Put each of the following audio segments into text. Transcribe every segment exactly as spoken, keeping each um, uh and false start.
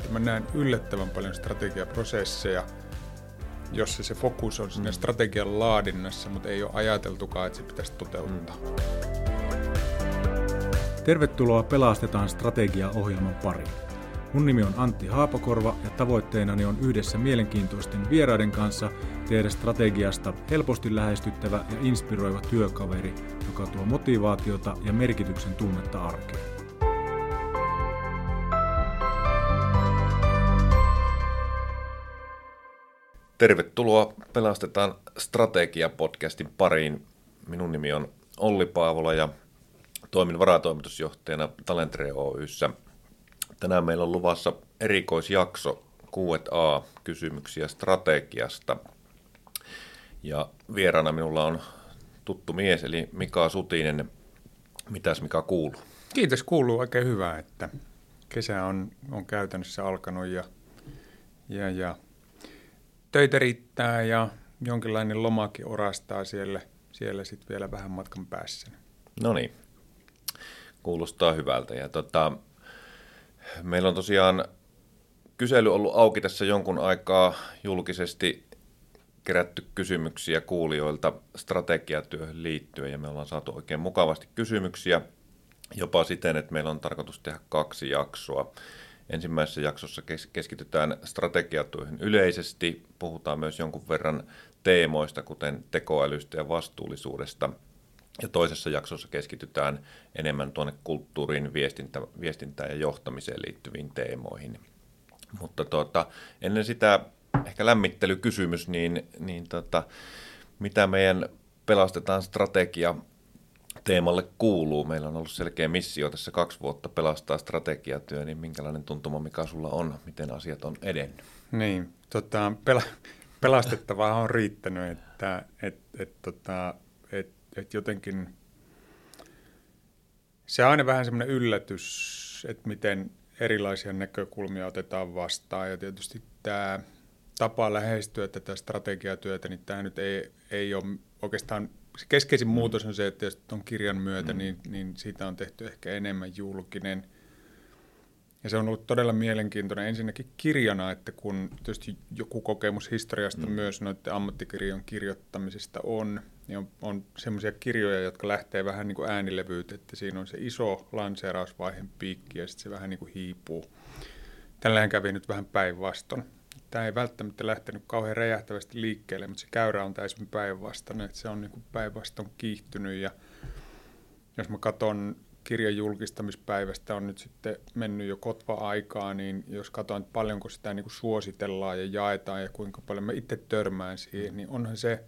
että mä näen yllättävän paljon strategiaprosesseja, jossa se fokus on siinä strategian laadinnassa, mutta ei ole ajateltukaan, että se pitäisi toteuttaa. Mm. Tervetuloa Pelastetaan strategia-ohjelman pariin. Mun nimi on Antti Haapakorva ja tavoitteenani on yhdessä mielenkiintoisten vieraiden kanssa tehdä strategiasta helposti lähestyttävä ja inspiroiva työkaveri, joka tuo motivaatiota ja merkityksen tunnetta arkeen. Tervetuloa Pelastetaan strategia-podcastin pariin. Minun nimi on Olli Paavola ja toimin varatoimitusjohtajana Talentre Oy:ssä. Tänään meillä on luvassa erikoisjakso Q and A, kysymyksiä strategiasta. Ja vieraana minulla on tuttu mies, eli Mika Sutinen. Mitäs Mika kuuluu? Kiitos, kuuluu oikein hyvää, että kesä on, on käytännössä alkanut ja, ja, ja töitä riittää ja jonkinlainen lomakin orastaa siellä, siellä sitten vielä vähän matkan päässä. No niin, kuulostaa hyvältä. Ja tota, meillä on tosiaan kysely ollut auki tässä jonkun aikaa, julkisesti kerätty kysymyksiä kuulijoilta strategiatyöhön liittyen, ja me ollaan saatu oikein mukavasti kysymyksiä, jopa siten, että meillä on tarkoitus tehdä kaksi jaksoa. Ensimmäisessä jaksossa keskitytään strategiatyöhön yleisesti, puhutaan myös jonkun verran teemoista, kuten tekoälystä ja vastuullisuudesta. Ja toisessa jaksossa keskitytään enemmän tuonne kulttuuriin, viestintä, viestintään ja johtamiseen liittyviin teemoihin. Mutta tuota, ennen sitä ehkä lämmittelykysymys, niin, niin tota, mitä meidän Pelastetaan strategia teemalle kuuluu? Meillä on ollut selkeä missio tässä kaksi vuotta pelastaa strategiatyö, niin minkälainen tuntuma Mika sulla on? Miten asiat on edennyt? Niin, tota, pela- pelastettavaa on riittänyt, että et, et, tota, et, et jotenkin se on aina vähän semmoinen yllätys, että miten erilaisia näkökulmia otetaan vastaan, ja tietysti tämä tapa lähestyä tätä strategiatyötä, niin tämä nyt ei, ei ole oikeastaan, se keskeisin mm. muutos on se, että jos tuon kirjan myötä, mm. niin, niin siitä on tehty ehkä enemmän julkinen. Ja se on ollut todella mielenkiintoinen ensinnäkin kirjana, että kun tietysti joku kokemus historiasta mm. myös noiden ammattikirjojen kirjoittamisesta on, niin on, on semmoisia kirjoja, jotka lähtee vähän niin kuin äänilevyyteen, että siinä on se iso lanseerausvaiheen piikki ja sitten se vähän niin kuin hiipuu. Tällähän kävi nyt vähän päinvastoin. Tämä ei välttämättä lähtenyt kauhean räjähtävästi liikkeelle, mutta se käyrä on täysin päinvastainen, että se on niin kuin päinvastoin kiihtynyt. Ja jos mä katson kirjan julkistamispäivästä, on nyt sitten mennyt jo kotva aikaa, niin jos katson, että paljonko sitä niin kuin suositellaan ja jaetaan ja kuinka paljon mä itse törmään siihen, niin onhan se,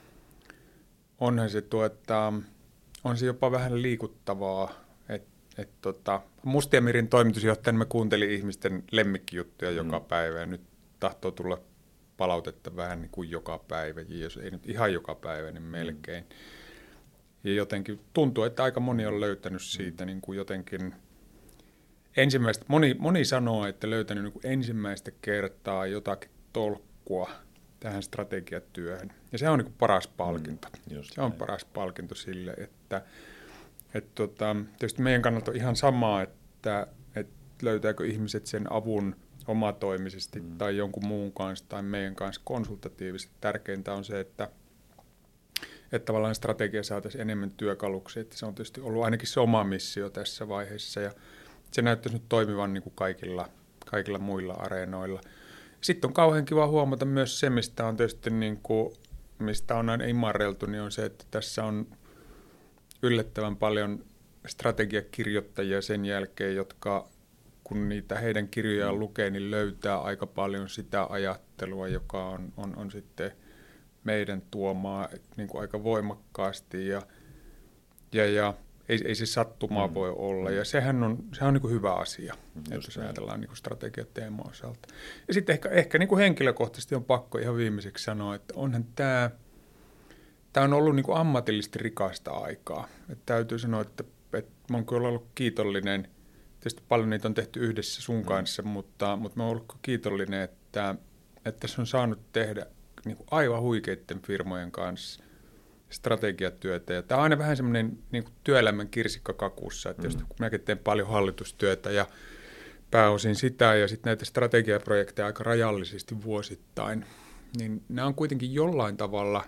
onhan se, tuota, on se jopa vähän liikuttavaa. Et tota, Mustiamirin toimitusjohtajana mä kuuntelin ihmisten lemmikkijuttuja mm. joka päivä ja nyt tahtoo tulla palautetta vähän niin kuin joka päivä, jos ei nyt ihan joka päivä, niin melkein. Mm. Ja jotenkin tuntuu, että aika moni on löytänyt siitä niin kuin jotenkin ensimmäistä, moni, moni sanoo, että löytänyt niin kuin ensimmäistä kertaa jotakin tolkkua tähän strategiatyöhön. Ja se on niin kuin paras palkinto. Mm, se on näin. Paras palkinto sille, että et tota, tietysti meidän kannalta on ihan sama, että et löytääkö ihmiset sen avun omatoimisesti mm. tai jonkun muun kanssa tai meidän kanssa konsultatiivisesti. Tärkeintä on se, että, että tavallaan strategia saataisiin enemmän työkaluksi. Että se on tietysti ollut ainakin se oma missio tässä vaiheessa ja se näyttäisi nyt toimivan niin kuin kaikilla, kaikilla muilla areenoilla. Sitten on kauhean kiva huomata myös se, mistä on tietysti niin kuin, mistä on aina imarreltu, niin on se, että tässä on yllättävän paljon strategiakirjoittajia sen jälkeen, jotka kun niitä heidän kirjojaan lukee, niin löytää aika paljon sitä ajattelua, joka on, on, on sitten meidän tuomaa niin kuin aika voimakkaasti. Ja, ja, ja ei, ei se sattumaa mm. voi olla. Ja sehän on, sehän on niin kuin hyvä asia, mm, että jos ajatellaan niin kuin strategiateeman osalta. Ja sitten ehkä, ehkä niin kuin henkilökohtaisesti on pakko ihan viimeiseksi sanoa, että onhan tämä... Tämä on ollut niin kuin ammatillisesti rikasta aikaa. Että täytyy sanoa, että, että mä oon kyllä ollut kiitollinen. Tietysti paljon niitä on tehty yhdessä sun kanssa, mm. mutta, mutta mä oon ollut kiitollinen, että, että tässä on saanut tehdä niin kuin aivan huikeiden firmojen kanssa strategiatyötä. Ja tämä on aina vähän semmoinen niin kuin työelämän kirsikka kakussa. Että mm. just, kun mäkin teen paljon hallitustyötä ja pääosin sitä ja sitten näitä strategiaprojekteja aika rajallisesti vuosittain, niin nämä on kuitenkin jollain tavalla,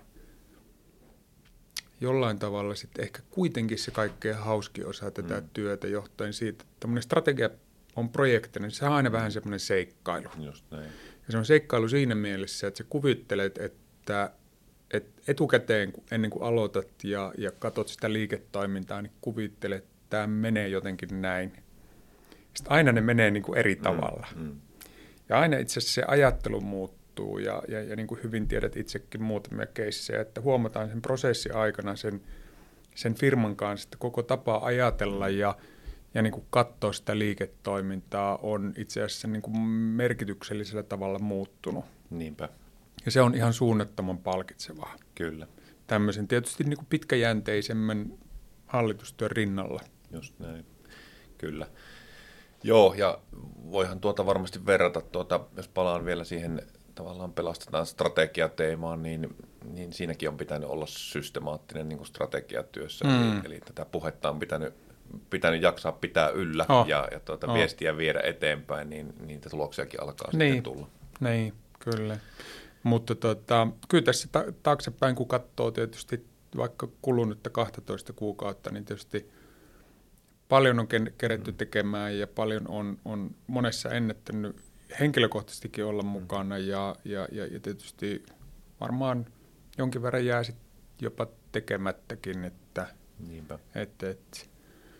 jollain tavalla sitten ehkä kuitenkin se kaikkein hauskin osa tätä mm. työtä johtuen siitä, että tämmöinen strategia on projektina, niin se on aina vähän semmoinen seikkailu. Just näin. Ja se on seikkailu siinä mielessä, että sä kuvittelet, että, että etukäteen ennen kuin aloitat ja, ja katsot sitä liiketoimintaa, niin kuvittelet, että tämä menee jotenkin näin. Sitten aina ne menee niin kuin eri tavalla. Mm, mm. Ja aina itse asiassa se ajattelu muuttuu ja, ja, ja niin kuin hyvin tiedät itsekin muutamia keissejä, että huomataan sen prosessin aikana sen, sen firman kanssa, että koko tapa ajatella ja, ja niin kuin katsoa sitä liiketoimintaa on itse asiassa niin kuin merkityksellisellä tavalla muuttunut. Niinpä. Ja se on ihan suunnattoman palkitsevaa. Kyllä. Tämmöisen tietysti niin kuin pitkäjänteisemmän hallitustyön rinnalla. Just näin. Kyllä. Joo, ja voihan tuota varmasti verrata, tuota, jos palaan vielä siihen tavallaan pelastetaan strategiateemaan, niin, niin siinäkin on pitänyt olla systemaattinen niin kuin strategiatyössä. Mm. Eli, eli tätä puhetta on pitänyt, pitänyt jaksaa pitää yllä oh. ja, ja tuota, oh. viestiä viedä eteenpäin, niin niitä tuloksiakin alkaa niin. sitten tulla. Niin, kyllä. Mutta tota, kyllä tässä ta- taaksepäin, kun katsoo tietysti vaikka kulunutta kaksitoista kuukautta, niin tietysti paljon on keretty tekemään ja paljon on, on monessa ennättänyt henkilökohtaisestikin olla mukana ja, ja, ja, ja tietysti varmaan jonkin verran jää sit jopa tekemättäkin. Että, Niinpä. et, et.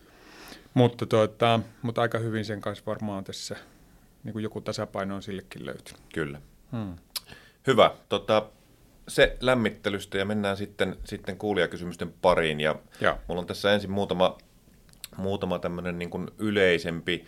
Mutta, tuota, mutta aika hyvin sen kanssa varmaan tässä niin kuin joku tasapaino on sillekin löytynyt. Kyllä. Hmm. Hyvä. Tota, se lämmittelystä ja mennään sitten, sitten kuulijakysymysten pariin. Ja ja. Mulla on tässä ensin muutama, muutama tämmöinen niin kuin yleisempi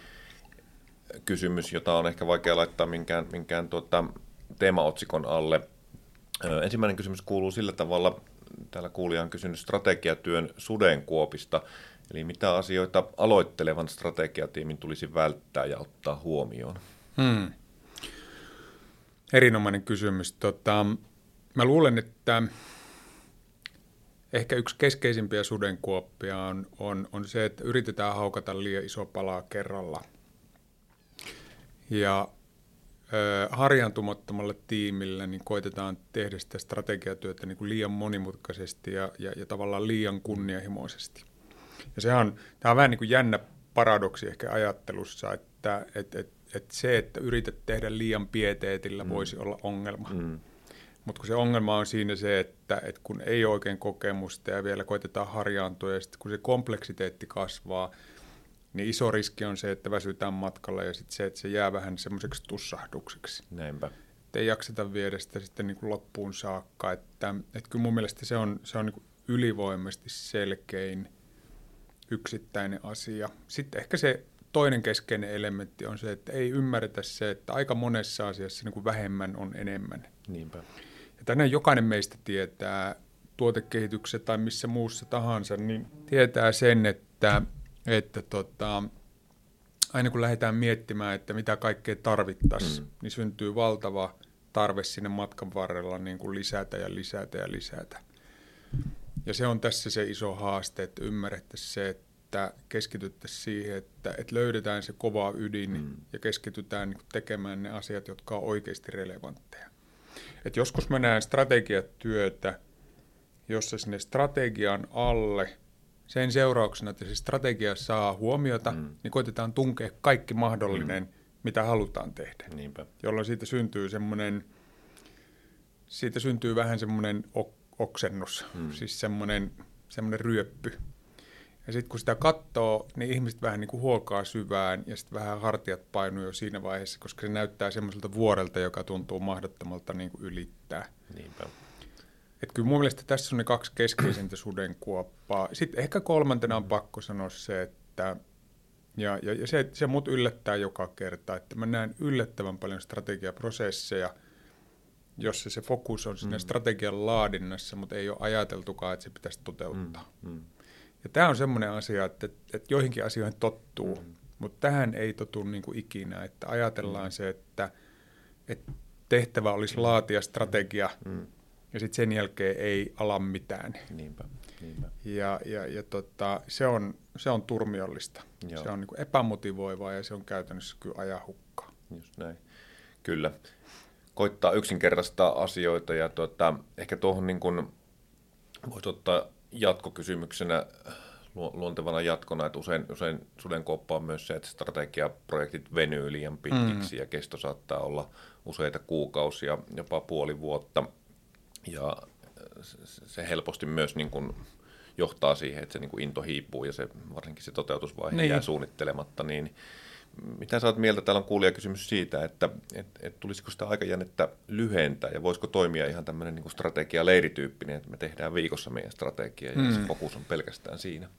kysymys, jota on ehkä vaikea laittaa minkään, minkään tuota, teemaotsikon alle. Ö, ensimmäinen kysymys kuuluu sillä tavalla, täällä kuulija on kysynyt strategiatyön sudenkuopista, eli mitä asioita aloittelevan strategiatiimin tulisi välttää ja ottaa huomioon? Hmm. Erinomainen kysymys. Tota, mä luulen, että ehkä yksi keskeisimpiä sudenkuoppia on, on, on se, että yritetään haukata liian iso palaa kerralla. Ja ö, harjaantumattomalla tiimillä niin koitetaan tehdä sitä strategiatyötä niin kuin liian monimutkaisesti ja, ja, ja tavallaan liian kunnianhimoisesti. Ja sehän on, tämä on vähän niin kuin jännä paradoksi ehkä ajattelussa, että et, et, et se, että yrität tehdä liian pieteetillä, mm. voisi olla ongelma. Mm. Mutta kun se ongelma on siinä se, että et kun ei ole oikein kokemusta ja vielä koitetaan harjaantua ja sitten kun se kompleksiteetti kasvaa, niin iso riski on se, että väsytään matkalla ja sitten se, että se jää vähän semmoiseksi tussahdukseksi. Näinpä. Että ei jakseta viedä sitä sitten niin kuin loppuun saakka. Että, että kyllä mun mielestä se on, se on niin kuin ylivoimaisesti selkein yksittäinen asia. Sitten ehkä se toinen keskeinen elementti on se, että ei ymmärretä se, että aika monessa asiassa niin kuin vähemmän on enemmän. Niinpä. Ja tänään jokainen meistä tietää tuotekehityksessä tai missä muussa tahansa, niin tietää sen, että että tota, aina kun lähdetään miettimään, että mitä kaikkea tarvittaisiin, mm. niin syntyy valtava tarve sinne matkan varrella niin kuin lisätä ja lisätä ja lisätä. Ja se on tässä se iso haaste, että ymmärrettäisiin se, että keskityttäisiin siihen, että, että löydetään se kova ydin mm. ja keskitytään niin kuin tekemään ne asiat, jotka on oikeasti relevantteja. Et joskus mä näen strategiatyötä, jossa sinne strategian alle sen seurauksena, että se strategia saa huomiota, mm. niin koitetaan tunkea kaikki mahdollinen, mm. mitä halutaan tehdä. Niinpä. Jolloin siitä syntyy semmoinen, siitä syntyy vähän semmoinen ok- oksennus, mm. siis semmoinen, semmoinen ryöppy. Ja sitten kun sitä katsoo, niin ihmiset vähän niin kuin huokaa syvään ja sitten vähän hartiat painuu jo siinä vaiheessa, koska se näyttää semmoiselta vuorelta, joka tuntuu mahdottomalta niin kuin ylittää. Niinpä. Että kyllä mun mielestä tässä on ne kaksi keskeisintä sudenkuoppaa. Sitten ehkä kolmantena on pakko sanoa se, että ja, ja, ja se, se mut yllättää joka kerta, että mä näen yllättävän paljon strategiaprosesseja, jossa se fokus on siinä mm. strategian laadinnassa, mutta ei ole ajateltukaan, että se pitäisi toteuttaa. Mm. Mm. Ja tämä on semmoinen asia, että, että joihinkin asioihin tottuu, mm. mutta tähän ei totu niin kuin ikinä, että ajatellaan mm. se, että, että tehtävä olisi laatia strategia, mm. ja sitten sen jälkeen ei ala mitään. Niinpä, niinpä. Ja, ja, ja tota, se, on, se on turmiollista. Joo. Se on niin kuin epämotivoivaa ja se on käytännössä kyllä ajan hukkaa. Just näin. Kyllä. Koittaa yksinkertaistaa asioita ja tuota, ehkä tuohon niin kuin voisi ottaa jatkokysymyksenä, luontevana jatkona, että usein, usein sudenkuoppa on myös se, että strategiaprojektit venyy liian pitkiksi mm. ja kesto saattaa olla useita kuukausia, jopa puoli vuotta. Ja se helposti myös niin kuin johtaa siihen, että se niin kuin into hiipuu ja se, varsinkin se toteutusvaihe niin. jää suunnittelematta. Niin mitä sä oot mieltä? Täällä on kuulijakysymys siitä, että et, et tulisiko sitä aikajännettä lyhentää ja voisiko toimia ihan tämmöinen niin kuin strategia-leirityyppinen, että me tehdään viikossa meidän strategia ja mm. se fokus on pelkästään siinä.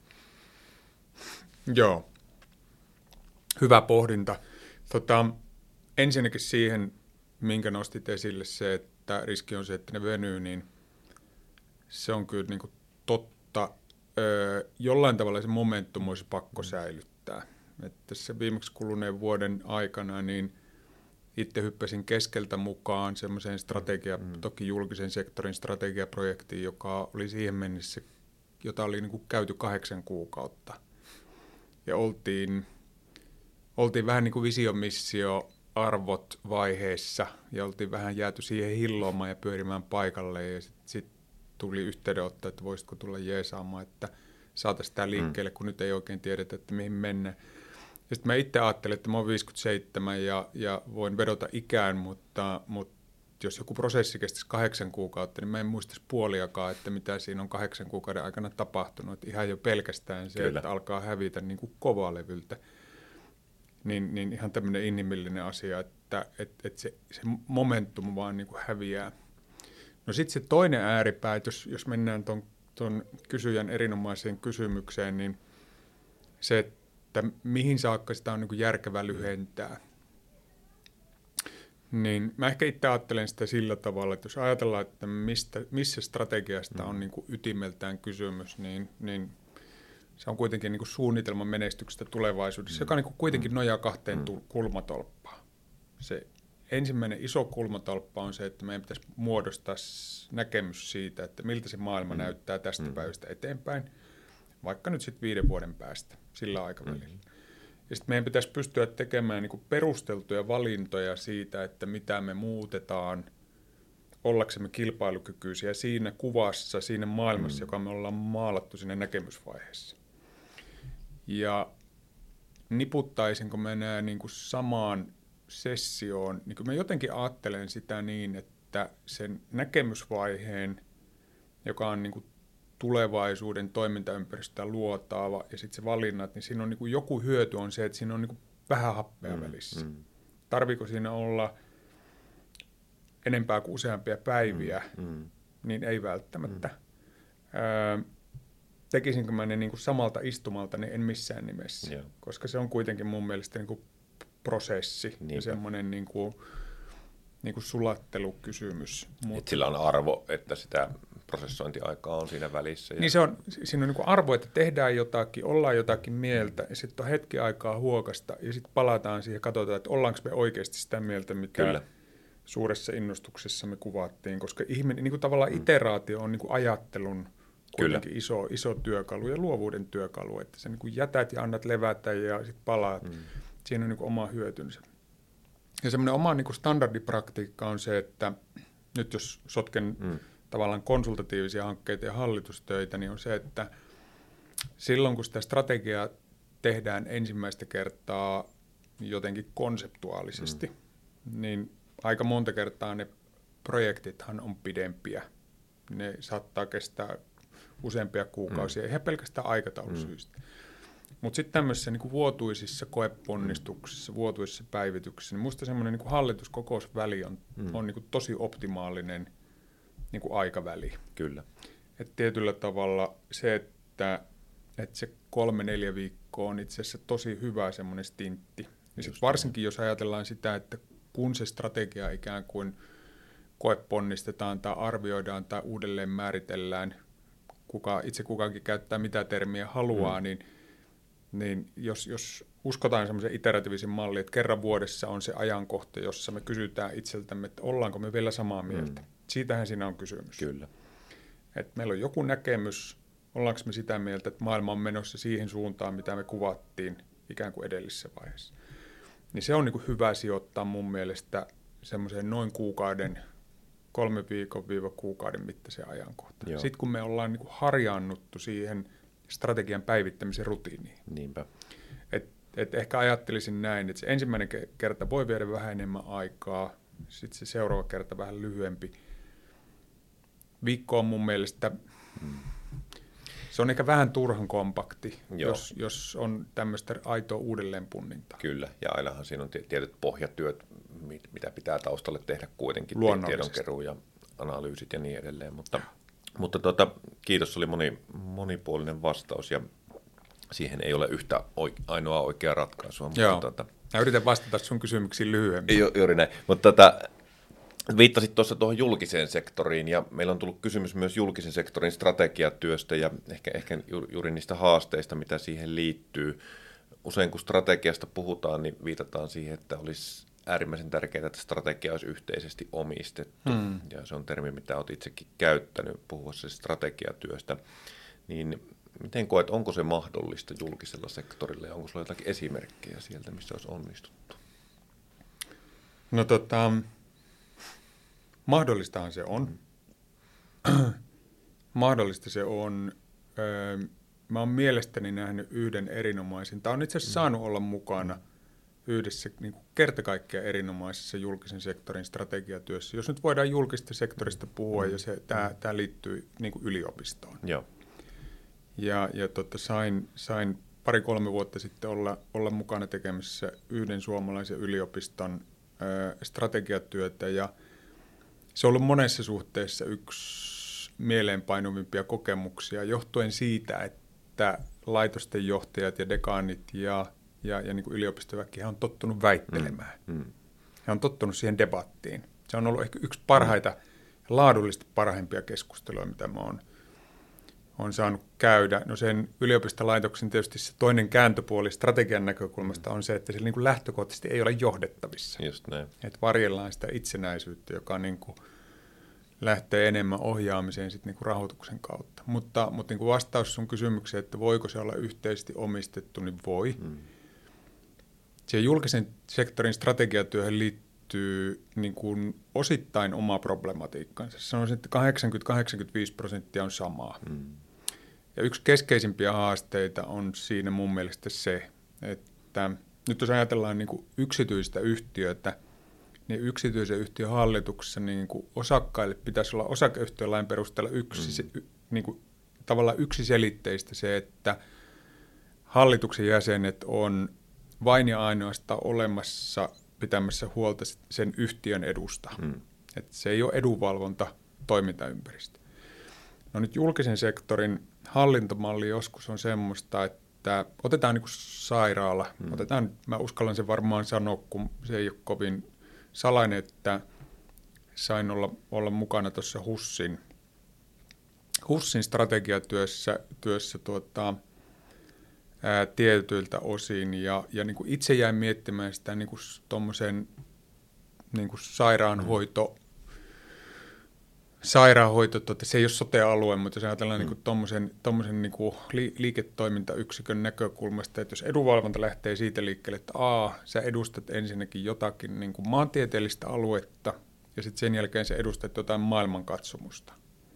Joo, hyvä pohdinta. Tota, ensinnäkin siihen, minkä nostit esille se, että riski on se, että ne venyy, niin se on kyllä niin kuin totta. Öö, jollain tavalla se momentum olisi pakko säilyttää. Että se viimeksi kuluneen vuoden aikana niin itse hyppäsin keskeltä mukaan semmoiseen strategia, mm. toki julkisen sektorin strategiaprojektiin, joka oli siihen mennessä, jota oli niin kuin käyty kahdeksan kuukautta. Ja oltiin, oltiin vähän niin kuin visio, missio, arvot vaiheessa ja oltiin vähän jääty siihen hilloamaan ja pyörimään paikalle ja sitten sit tuli yhteydenotto, että voisitko tulla jeesaamaan, että saataisiin tämä liikkeelle, mm. kun nyt ei oikein tiedetä, että mihin mennään. Ja sitten mä itse ajattelin, että mä oon viisikymmentäseitsemän ja, ja voin vedota ikään, mutta, mutta jos joku prosessi kestäisi kahdeksan kuukautta, niin mä en muistaisi puoliakaan, että mitä siinä on kahdeksan kuukauden aikana tapahtunut. Että ihan jo pelkästään se, Kyllä. että alkaa hävitä niin kuin kovaa levyltä. Niin, niin ihan tämmöinen inhimillinen asia, että et, et se, se momentum vaan niin kuin häviää. No sitten se toinen ääripää, että jos, jos mennään ton, ton kysyjän erinomaiseen kysymykseen, niin se, että mihin saakka sitä on niin kuin järkevä lyhentää. Niin mä ehkä itse ajattelen sitä sillä tavalla, että jos ajatellaan, että mistä, missä strategiasta on niin kuin ytimeltään kysymys, niin, niin se on kuitenkin niin kuin suunnitelman menestyksestä tulevaisuudessa, mm. joka niin kuin kuitenkin nojaa kahteen mm. kulmatolppaan. Se ensimmäinen iso kulmatolppa on se, että meidän pitäisi muodostaa näkemys siitä, että miltä se maailma mm. näyttää tästä mm. päivästä eteenpäin, vaikka nyt sitten viiden vuoden päästä sillä aikavälillä. Mm. Ja sitten meidän pitäisi pystyä tekemään niin kuin perusteltuja valintoja siitä, että mitä me muutetaan ollaksemme kilpailukykyisiä siinä kuvassa, siinä maailmassa, mm. joka me ollaan maalattu siinä näkemysvaiheessa. Ja niputtaisinko mä enää niin kuin samaan sessioon, niin kuin mä jotenkin ajattelen sitä niin, että sen näkemysvaiheen, joka on niin kuin tulevaisuuden toimintaympäristöä luotaava ja sitten se valinnat, niin siinä on niin kuin joku hyöty on se, että siinä on niin kuin vähän happea mm, välissä. Mm. Tarviiko siinä olla enempää kuin useampia päiviä, mm, mm. niin ei välttämättä. Mm. Öö, tekisinkö mä ne niin kuin samalta istumalta, niin en missään nimessä, yeah. koska se on kuitenkin mun mielestä niin kuin prosessi Niinpä. ja semmoinen niin kuin, niin kuin sulattelukysymys. Et sillä on arvo, että sitä prosessointiaikaa on siinä välissä. Ja... Niin se on, siinä on niin kuin arvo, että tehdään jotakin, ollaan jotakin mieltä ja sitten on hetki aikaa huokasta ja sitten palataan siihen ja katsotaan, että ollaanko me oikeasti sitä mieltä, mikä Kyllä. suuressa innostuksessa me kuvattiin, koska ihminen, niin kuin tavallaan mm. iteraatio on niin kuin ajattelun kuitenkin iso, iso työkalu ja luovuuden työkalu, että sä niin kuin jätät ja annat levätä ja sitten palaat. Mm. Siinä on niin kuin oma hyötynsä. Ja semmoinen oma niin kuin standardipraktiikka on se, että nyt jos sotken mm. tavallaan konsultatiivisia hankkeita ja hallitustöitä, niin on se, että silloin kun sitä strategiaa tehdään ensimmäistä kertaa jotenkin konseptuaalisesti, mm. niin aika monta kertaa ne projektithan on pidempiä. Ne saattaa kestää useampia kuukausia, mm. ihan pelkästään aikataulusyistä. Mm. Mutta sitten tämmöisissä niinku vuotuisissa koeponnistuksissa, mm. vuotuisissa päivityksissä, niin musta semmoinen niinku hallituskokousväli on, mm. on niinku tosi optimaalinen niinku aikaväli. Kyllä. Et tietyllä tavalla se, että et se kolme, neljä viikkoa on itse asiassa tosi hyvä semmoinen stintti. Ja sit varsinkin jos ajatellaan sitä, että kun se strategia ikään kuin koeponnistetaan tai arvioidaan tai uudelleen määritellään, kuka, itse kukakin käyttää mitä termiä haluaa, mm. niin, niin jos, jos uskotaan semmoisen iteratiivisen mallin, että kerran vuodessa on se ajankohta, jossa me kysytään itseltämme, että ollaanko me vielä samaa mieltä. Mm. Siitähän siinä on kysymys. Kyllä. Et meillä on joku näkemys, ollaanko me sitä mieltä, että maailma on menossa siihen suuntaan, mitä me kuvattiin ikään kuin edellisessä vaiheessa. Niin se on niin kuin hyvä sijoittaa mun mielestä semmoiseen noin kuukauden, kolme viikon viiva kuukauden mittaisen ajankohtaan. Sitten kun me ollaan niin kuin harjaannuttu siihen strategian päivittämisen rutiiniin. Niinpä. Et, et ehkä ajattelisin näin, että se ensimmäinen kerta voi viedä vähän enemmän aikaa, sitten se seuraava kerta vähän lyhyempi. Viikko on mun mielestä, hmm. se on ehkä vähän turhan kompakti, jos, jos on tämmöistä aitoa uudelleenpunnintaa. Kyllä, ja ainahan siinä on tietyt pohjatyöt, mitä pitää taustalle tehdä kuitenkin, tiedonkeruu ja analyysit ja niin edelleen. Mutta, mutta tota, kiitos, oli moni, monipuolinen vastaus ja siihen ei ole yhtä oike, ainoa oikeaa ratkaisua. Mutta Joo. Tota, Mä yritän vastata sun kysymyksiin lyhyemmin. Ju, juuri näin, mutta tota, viittasit tuossa tuohon julkiseen sektoriin ja meillä on tullut kysymys myös julkisen sektorin strategiatyöstä ja ehkä, ehkä juuri niistä haasteista, mitä siihen liittyy. Usein kun strategiasta puhutaan, niin viitataan siihen, että olisi äärimmäisen tärkeää, että strategia olisi yhteisesti omistettu. Hmm. Ja se on termi, mitä olet itsekin käyttänyt puhuessa strategiatyöstä. Niin miten koet, onko se mahdollista julkisella sektorilla ja onko sinulla jotakin esimerkkejä sieltä, missä olisi onnistuttu? No tota, mahdollistahan se on. Hmm. Mahdollista se on. Öö, mä oon mielestäni nähnyt yhden erinomaisen. Tämä on itse asiassa hmm. saanut olla mukana yhdessä niin kuin kerta kaikkiaan erinomaisessa julkisen sektorin strategiatyössä. Jos nyt voidaan julkista sektorista puhua, mm. ja se, tämä, tämä liittyy niin kuin yliopistoon. Joo. Ja, ja tota, sain, sain pari-kolme vuotta sitten olla, olla mukana tekemässä yhden suomalaisen yliopiston ö, strategiatyötä, ja se on ollut monessa suhteessa yksi mieleenpainuvimpia kokemuksia, johtuen siitä, että laitosten johtajat ja dekaanit ja Ja, ja niin kuin yliopistoväki on tottunut väittelemään. Mm, mm. He on tottunut siihen debattiin. Se on ollut ehkä yksi parhaita, mm. laadullisesti parhaimpia keskusteluja, mitä mä oon, oon saanut käydä. No sen yliopistolaitoksen tietysti se toinen kääntöpuoli strategian näkökulmasta on se, että se niin kuin lähtökohtaisesti ei ole johdettavissa. Just näin. Että varjellaan sitä itsenäisyyttä, joka niin kuin lähtee enemmän ohjaamiseen sit niin kuin rahoituksen kautta. Mutta, mutta niin kuin vastaus sun kysymykseen, että voiko se olla yhteisesti omistettu, niin voi. Mm. Siihen julkisen sektorin strategiatyöhön liittyy niin kuin osittain oma problematiikkansa. Sanoisin, että kahdeksankymmentä kahdeksankymmentäviisi prosenttia on samaa. Mm. Ja yksi keskeisimpiä haasteita on siinä mun mielestä se, että nyt jos ajatellaan niin kuin yksityistä yhtiötä, niin yksityisen yhtiön hallituksessa niin kuin osakkaille pitäisi olla osakeyhtiölain perusteella yksi, mm. niin kuin, tavallaan yksiselitteistä se, että hallituksen jäsenet on vain ja ainoastaan olemassa pitämässä huolta sen yhtiön edusta. Mm. Että se ei ole edunvalvonta toimintaympäristö. No nyt julkisen sektorin hallintomalli joskus on semmoista, että otetaan niin kuin sairaala. Mm. Otetaan, mä uskallan sen varmaan sanoa, kun se ei ole kovin salainen, että sain olla, olla mukana tuossa HUSin, HUSin strategiatyössä työssä, tuota, ää, tietyiltä osin. Ja, ja niin kuin itse jäin miettimään sitä niin kuin tommosen, niin kuin sairaanhoito, sairaanhoito tuota, se ei ole sote-alue, mutta jos ajatellaan mm. niin tommosen, tommosen niin kuin li, liiketoimintayksikön näkökulmasta, että jos edunvalvonta lähtee siitä liikkeelle, että a, sä edustat ensinnäkin jotakin niin kuin maantieteellistä aluetta, ja sitten sen jälkeen sä edustat jotain maailmankatsomusta.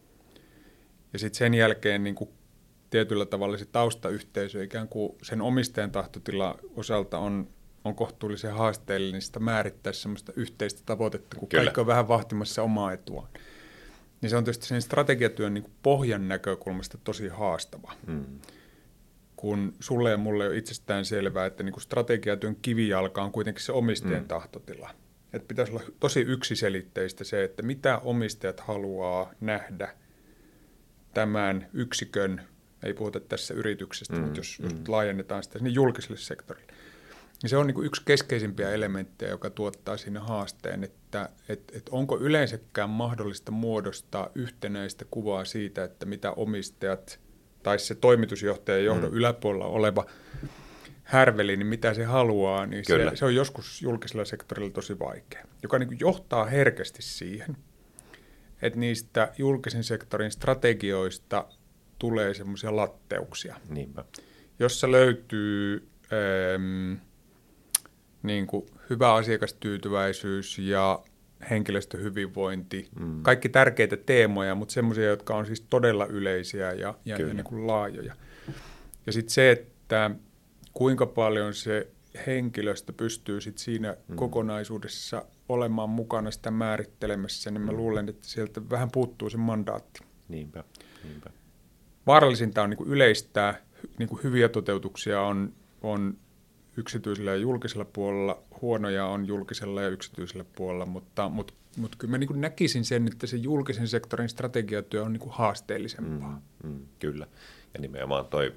Ja sitten sen jälkeen niin kuin tietyllä tavalla se taustayhteisö ikään kuin sen omistajan tahtotila osalta on, on kohtuullisen haasteellinen sitä määrittää semmoista yhteistä tavoitetta, kun Kyllä. kaikki on vähän vahtimassa omaa etuaan. Niin se on tietysti sen strategiatyön niin kuin pohjan näkökulmasta tosi haastava. Mm. Kun sulle ja mulle on itsestään selvää, että niin kuin strategiatyön kivijalka on kuitenkin se omistajan mm. tahtotila. Että pitäisi olla tosi yksiselitteistä se, että mitä omistajat haluaa nähdä tämän yksikön, ei puhuta tässä yrityksestä, mm. mutta jos, mm. jos laajennetaan sitä niin julkiselle sektorille. Niin se on niin kuin yksi keskeisimpiä elementtejä, joka tuottaa siinä haasteen, että et, et onko yleensäkään mahdollista muodostaa yhtenäistä kuvaa siitä, että mitä omistajat tai se toimitusjohtajan johdon mm. yläpuolella oleva härveli, niin mitä se haluaa, niin se, se on joskus julkisella sektorilla tosi vaikea, joka niin kuin johtaa herkästi siihen, että niistä julkisen sektorin strategioista tulee semmoisia latteuksia, Niinpä. jossa löytyy ähm, niin kuin hyvä asiakastyytyväisyys ja henkilöstöhyvinvointi, mm. kaikki tärkeitä teemoja, mutta semmoisia, jotka on siis todella yleisiä ja, ja, ja niin kuin laajoja. Ja sitten se, että kuinka paljon se henkilöstö pystyy sit siinä mm. kokonaisuudessa olemaan mukana sitä määrittelemässä, niin mä mm. luulen, että sieltä vähän puuttuu se mandaatti. Niinpä, niinpä. Vaarallisinta on niin kuin yleistää, niin kuin hyviä toteutuksia on, on yksityisellä ja julkisella puolella, huonoja on julkisella ja yksityisellä puolella, mutta, mutta, mutta kyllä mä niin kuin näkisin sen, että se julkisen sektorin strategiatyö on niin kuin haasteellisempaa. Mm, mm, kyllä, ja nimenomaan toi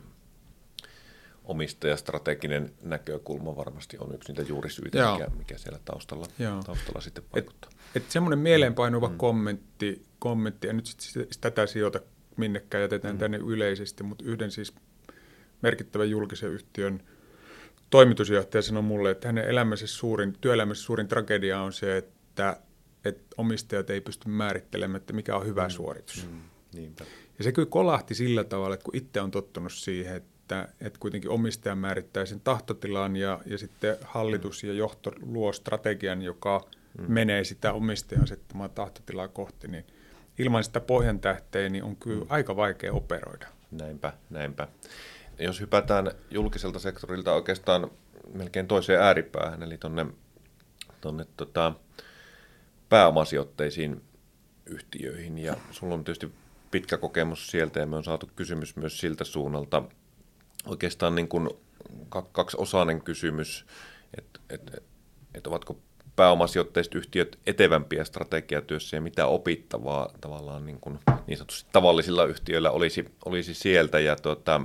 omistajastrateginen näkökulma varmasti on yksi niitä juurisyitä, mikä, mikä siellä taustalla, taustalla sitten vaikuttaa. Et, et semmoinen mieleenpainuva mm. kommentti, kommentti, ja nyt sit tätä sijoita minnekään, jätetään mm. tänne yleisesti, mutta yhden siis merkittävän julkisen yhtiön toimitusjohtaja sanoi mulle, että hänen elämänsä suurin, työelämässä suurin tragedia on se, että, että omistajat ei pysty määrittelemään, että mikä on hyvä mm. suoritus. Mm. Niinpä. Ja se kyllä kolahti sillä tavalla, että kun itse on tottunut siihen, että, että kuitenkin omistaja määrittää sen tahtotilan ja, ja sitten hallitus ja johto luo strategian, joka mm. menee sitä omistajan asettamaa tahtotilaa kohti, niin ilman sitä pohjantähteä niin on kyllä mm. aika vaikea operoida. Näinpä, näinpä. Jos hypätään julkiselta sektorilta oikeastaan melkein toiseen ääripäähän, eli tuonne tonne, tota, pääomasijoitteisiin yhtiöihin, ja sulla on tietysti pitkä kokemus sieltä, ja me on saatu kysymys myös siltä suunnalta. Oikeastaan niin kuin kaksiosainen kysymys, että et, et ovatko pääomasijoitteiset yhtiöt etevämpiä strategiatyössä, ja mitä opittavaa tavallaan niin, kuin, niin sanotusti tavallisilla yhtiöillä olisi, olisi sieltä, ja tuota,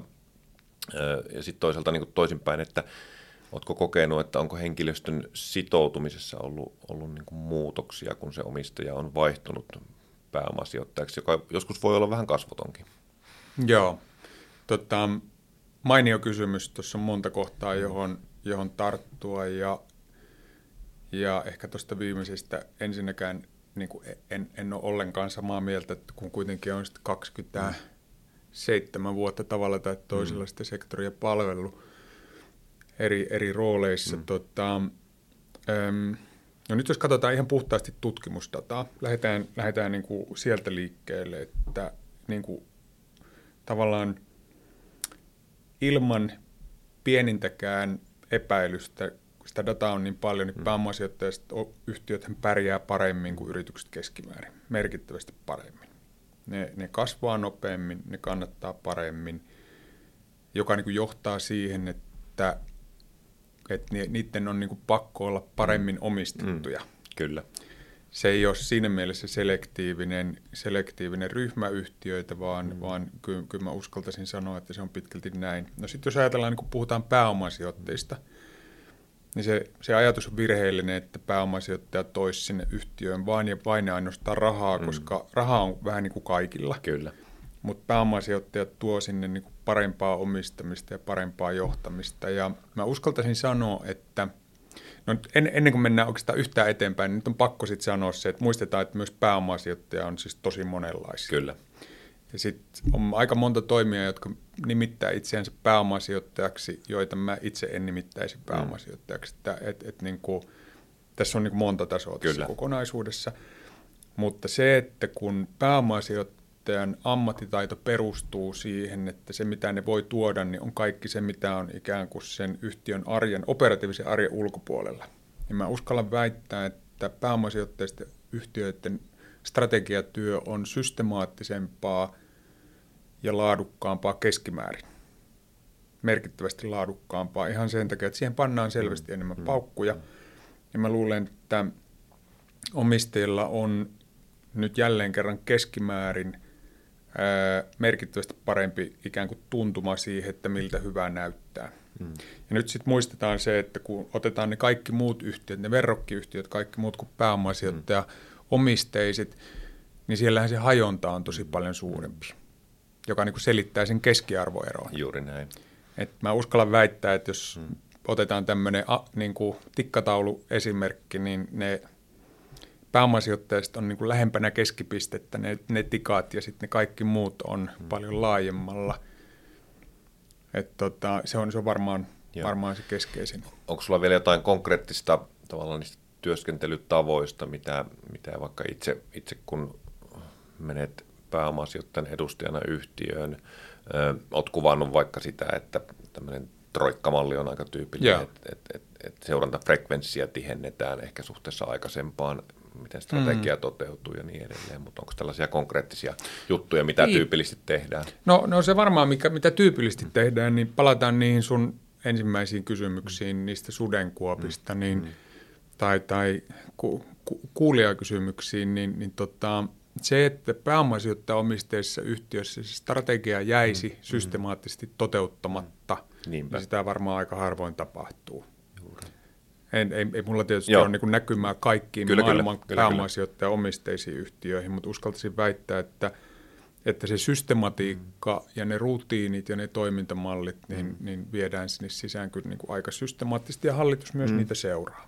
Ja sitten toisaalta niin kuin toisinpäin, että oletko kokenut, että onko henkilöstön sitoutumisessa ollut, ollut niin kuin muutoksia, kun se omistaja on vaihtunut pääomasijoittajaksi, joka joskus voi olla vähän kasvotonkin? Joo. Tota, mainio kysymys. Tuossa on monta kohtaa, johon, johon tarttua. Ja, ja ehkä tuosta viimeisestä ensinnäkään niin kuin en, en ole ollenkaan samaa mieltä, että kun kuitenkin on sitten kaksikymmentä seitsemän vuotta tavalla tai toisella mm. sitä sektoria palvellut eri, eri rooleissa. Mm. Tota, äm, no nyt jos katsotaan ihan puhtaasti tutkimusdataa, lähdetään, lähdetään niin kuin sieltä liikkeelle, että niin kuin tavallaan ilman pienintäkään epäilystä, kun sitä dataa on niin paljon, niin mm. pääomasijoittajat yhtiöthän pärjää paremmin kuin yritykset keskimäärin, merkittävästi paremmin. Ne, ne kasvaa nopeammin, ne kannattaa paremmin, joka niin kuin johtaa siihen, että, että niiden on niin kuin pakko olla paremmin omistettuja. Mm, kyllä. Se ei ole siinä mielessä selektiivinen, selektiivinen ryhmäyhtiöitä, vaan, mm. vaan kyllä, kyllä mä uskaltaisin sanoa, että se on pitkälti näin. No sitten jos ajatellaan, niin kun puhutaan pääomasijoitteista, niin se, se ajatus on virheellinen, että pääomasijoittaja toisi sinne yhtiöön vain ja vain ja ainoastaan rahaa, mm. koska rahaa on vähän niin kuin kaikilla. Kyllä. Mutta pääomasijoittajat tuo sinne niin kuin parempaa omistamista ja parempaa johtamista. Ja mä uskaltaisin sanoa, että no en, ennen kuin mennään oikeastaan yhtään eteenpäin, niin nyt on pakko sitten sanoa se, että muistetaan, että myös pääomasijoittaja on siis tosi monenlaisia. Kyllä. Ja sitten on aika monta toimijaa, jotka nimittää itseänsä pääomasijoittajaksi, joita mä itse en nimittäisi pääomasijoittajaksi. Että, et, et niin kuin, tässä on niin kuin monta tasoa tässä Kyllä. kokonaisuudessa. Mutta se, että kun pääomasijoittajan ammattitaito perustuu siihen, että se mitä ne voi tuoda, niin on kaikki se, mitä on ikään kuin sen yhtiön arjen, operatiivisen arjen ulkopuolella. Ja mä uskallan väittää, että pääomasijoittajisten yhtiöiden strategiatyö on systemaattisempaa ja laadukkaampaa keskimäärin. Merkittävästi laadukkaampaa ihan sen takia, että siihen pannaan selvästi enemmän paukkuja. Ja mä luulen, että omistajilla on nyt jälleen kerran keskimäärin ää, merkittävästi parempi ikään kuin tuntuma siihen, että miltä hyvää näyttää. Mm. Ja nyt sitten muistetaan se, että kun otetaan ne kaikki muut yhtiöt, ne verrokkiyhtiöt, kaikki muut kuin pääomasijoittaja, mm. omisteiset, niin siellähän se hajonta on tosi paljon suurempi, joka niin kuin selittää sen keskiarvoeroon. Juuri näin. Et mä uskallan väittää, että jos hmm. otetaan tämmöinen niin kuin tikkatauluesimerkki, niin ne pääomasijoittajista on niin kuin lähempänä keskipistettä ne, ne tikaat ja sitten ne kaikki muut on mm. paljon laajemmalla. Et tota, se, on, se on varmaan, varmaan se keskeisin. Onko sulla vielä jotain konkreettista tavallaan niistä työskentelytavoista, mitä, mitä vaikka itse, itse kun menet pääomasijoittajan edustajana yhtiöön, ö, olet kuvannut vaikka sitä, että tämmöinen troikkamalli on aika tyypillinen, että et, et, et seurantafrekvenssiä tihennetään ehkä suhteessa aikaisempaan, miten strategia mm. toteutuu ja niin edelleen, mutta onko tällaisia konkreettisia juttuja, mitä niin. tyypillisesti tehdään? No, no se varmaan, mikä, mitä tyypillisesti mm. tehdään, niin palataan niihin sun ensimmäisiin kysymyksiin mm. niistä sudenkuopista, mm. niin, mm. tai, tai ku, ku, kuulijakysymyksiin, niin, niin tota, se, että pääomasijoittaja-omisteisessa yhtiössä se strategia jäisi mm. systemaattisesti toteuttamatta, niin sitä varmaan aika harvoin tapahtuu. En, ei, ei mulla tietysti Joo. ole niin näkymää kaikkiin kyllä, maailman pääomasijoittaja-omisteisiin yhtiöihin, mutta uskaltaisin väittää, että, että se systematiikka mm. ja ne rutiinit ja ne toimintamallit niin, mm. niin viedään sinne sisään kyllä niin kuin aika systemaattisesti ja hallitus myös mm. niitä seuraa.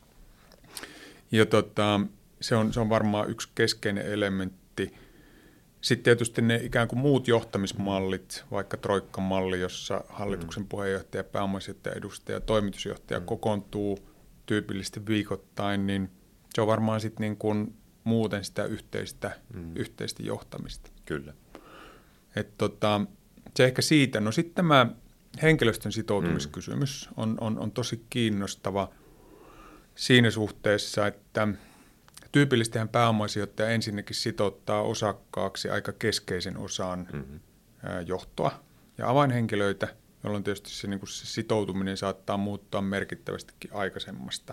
Ja tota, se, on, se on varmaan yksi keskeinen elementti. Sitten tietysti ne ikään kuin muut johtamismallit, vaikka troikkamalli, jossa hallituksen mm. puheenjohtaja, pääomasijoittaja, edustaja ja toimitusjohtaja mm. kokoontuu tyypillisesti viikoittain, niin se on varmaan sitten niin kuin muuten sitä yhteistä, mm. yhteistä johtamista. Kyllä. Et tota, se ehkä siitä. No sitten tämä henkilöstön sitoutumiskysymys mm. on, on, on tosi kiinnostava siinä suhteessa, että tyypillisestihän pääomasijoittaja ensinnäkin sitouttaa osakkaaksi aika keskeisen osan mm-hmm. johtoa ja avainhenkilöitä, jolloin tietysti se, niin kuin se sitoutuminen saattaa muuttaa merkittävästikin aikaisemmasta.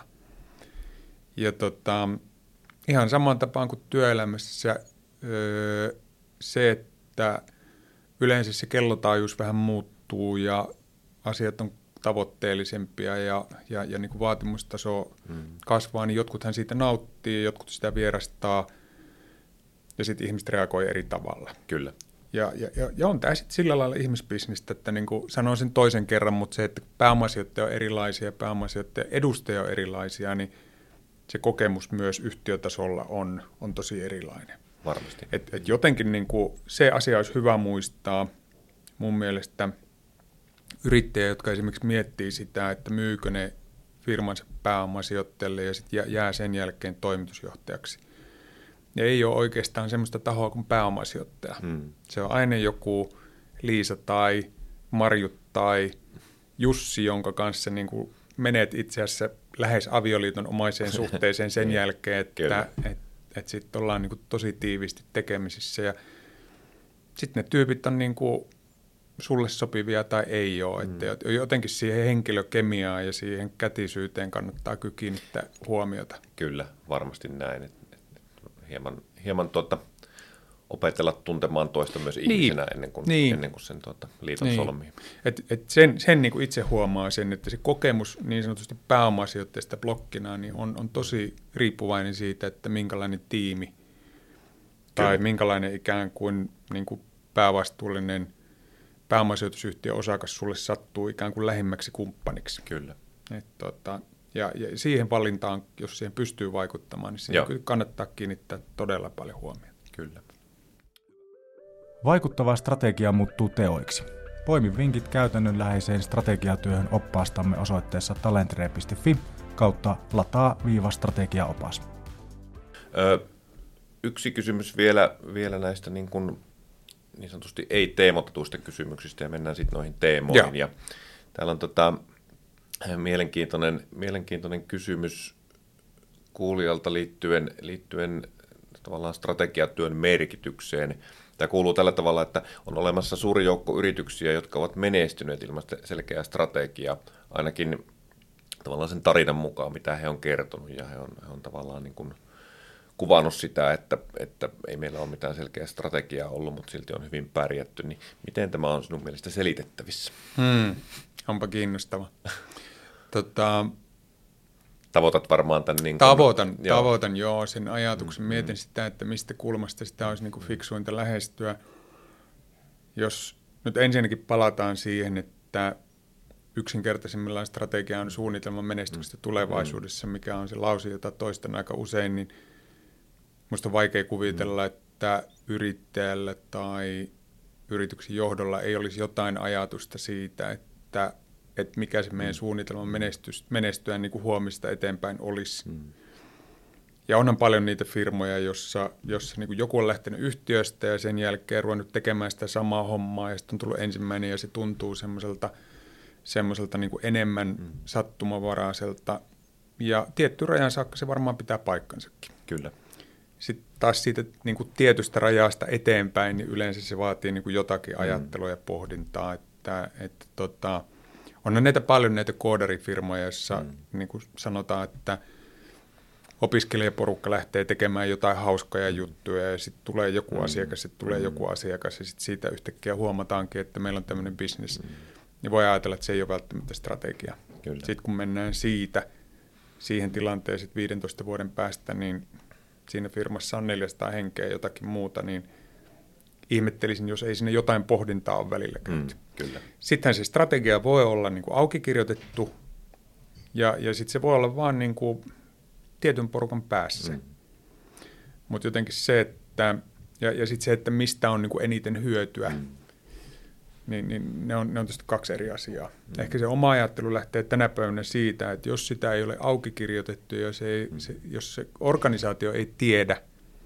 Ja tota, ihan samaan tapaan kuin työelämässä öö, se, että yleensä se kellotaajuus vähän muuttuu ja asiat on tavoitteellisempia ja, ja, ja niin kuin vaatimustaso mm. kasvaa, niin jotkuthan siitä nauttii, jotkut sitä vierastaa ja sitten ihmiset reagoi eri tavalla. Kyllä. Ja, ja, ja on tämä sitten sillä lailla ihmisbisnistä, että niin kuin sanoin sen toisen kerran, mutta se, että pääomasijoittaja on erilaisia ja pääomasijoittaja edustaja on erilaisia, niin se kokemus myös yhtiötasolla on, on tosi erilainen. Varmasti. Et, et jotenkin niin kuin se asia olisi hyvä muistaa mun mielestä yrittäjä, jotka esimerkiksi miettii sitä, että myykö ne firmansa pääomasijoittajalle ja sitten jää sen jälkeen toimitusjohtajaksi. Ja ei ole oikeastaan semmoista tahoa kuin pääomasijoittaja. Hmm. Se on aina joku Liisa tai Marjut tai Jussi, jonka kanssa niin kuin menet itse asiassa lähes avioliiton omaiseen suhteeseen sen jälkeen, että et, et sitten ollaan niin kuin tosi tiiviisti tekemisissä. Ja sitten ne tyypit on niin kuin sulle sopivia tai ei ole. Mm. Että jotenkin siihen henkilökemiaan ja siihen kätisyyteen kannattaa kyllä kiinnittää huomiota. Kyllä, varmasti näin. Et, et, et hieman hieman tuota, opetella tuntemaan toista myös niin. ihmisenä ennen kuin, niin. ennen kuin sen tuota, liiton niin. solmii. Et, et sen sen niin kuin itse huomaa sen, että se kokemus niin sanotusti pääomasijoitteesta blokkina niin on, on tosi riippuvainen siitä, että minkälainen tiimi Kyllä. tai minkälainen ikään kuin, niin kuin päävastuullinen pääomasijoitusyhtiön osakas sulle sattuu ikään kuin lähimmäksi kumppaniksi. Kyllä. Et, tota, ja, ja siihen valintaan, jos siihen pystyy vaikuttamaan, niin siihen Joo. kannattaa kiinnittää todella paljon huomiota. Kyllä. Vaikuttava strategia muuttuu teoiksi. Poimi vinkit käytännönläheiseen strategiatyöhön oppaastamme osoitteessa talentree piste fi kautta lataa-strategiaopas. Ö, yksi kysymys vielä, vielä näistä niin, kuin, niin sanotusti ei-teemotetuista kysymyksistä ja mennään sitten noihin teemoihin. Ja täällä on tota, mielenkiintoinen, mielenkiintoinen kysymys kuulijalta liittyen, liittyen tavallaan strategiatyön merkitykseen. Tämä kuuluu tällä tavalla, että on olemassa suuri joukko yrityksiä, jotka ovat menestyneet ilman selkeää strategiaa, ainakin tavallaan sen tarinan mukaan, mitä he on kertonut, ja he on, he on tavallaan niin kuin kuvannut sitä, että, että ei meillä ole mitään selkeää strategiaa ollut, mutta silti on hyvin pärjätty. Niin miten tämä on sinun mielestä selitettävissä? Hmm, onpa kiinnostava. tota, Tavoitat varmaan tämän... Niin kuin, tavoitan, joo. tavoitan, joo, sen ajatuksen. Mietin sitä, että mistä kulmasta sitä olisi niin kuin fiksuinta lähestyä. Jos nyt ensinnäkin palataan siihen, että yksinkertaisimmillaan strategia on suunnitelma menestyksestä tulevaisuudessa, mikä on se lause, jota toistan aika usein, niin Musta on vaikea kuvitella, että yrittäjällä tai yrityksen johdolla ei olisi jotain ajatusta siitä, että, että mikä se meidän suunnitelman menestyä niin kuin huomista eteenpäin olisi. Mm. Ja onhan paljon niitä firmoja, jossa, jossa niin kuin joku on lähtenyt yhtiöstä ja sen jälkeen ruvennut tekemään sitä samaa hommaa ja sitten on tullut ensimmäinen ja se tuntuu semmoiselta, semmoiselta niin kuin enemmän mm. sattumavaraiselta. Ja tietty rajan saakka se varmaan pitää paikkansakin. Kyllä. Sitten taas siitä niin kuin tietystä rajasta eteenpäin, niin yleensä se vaatii niin kuin jotakin ajattelua ja pohdintaa. Että, että tota, onhan näitä paljon näitä koodarifirmoja, joissa mm. niin kuin sanotaan, että opiskelijaporukka lähtee tekemään jotain hauskoja juttuja ja sitten tulee joku mm. asiakas, sitten tulee mm. joku asiakas ja sitten siitä yhtäkkiä huomataankin, että meillä on tämmöinen business. Mm. Niin voi ajatella, että se ei ole välttämättä strategia. Kyllä. Sitten kun mennään siitä siihen tilanteeseen viidentoista vuoden päästä, niin siinä firmassa on neljäsataa henkeä ja jotakin muuta, niin ihmettelisin, jos ei sinne jotain pohdintaa ole välillä käyty. Mm, kyllä. Sittenhän se strategia voi olla niin kuin auki kirjoitettu ja, ja sitten se voi olla vaan niin kuin tietyn porukan päässä. Mm. Mutta jotenkin se, että, ja, ja sitten se, että mistä on niin kuin eniten hyötyä, mm. niin, niin ne on, ne on tietysti kaksi eri asiaa. Mm. Ehkä se oma ajattelu lähtee tänä päivänä siitä, että jos sitä ei ole auki kirjoitettu, ja se ei, mm. se, jos se organisaatio ei tiedä,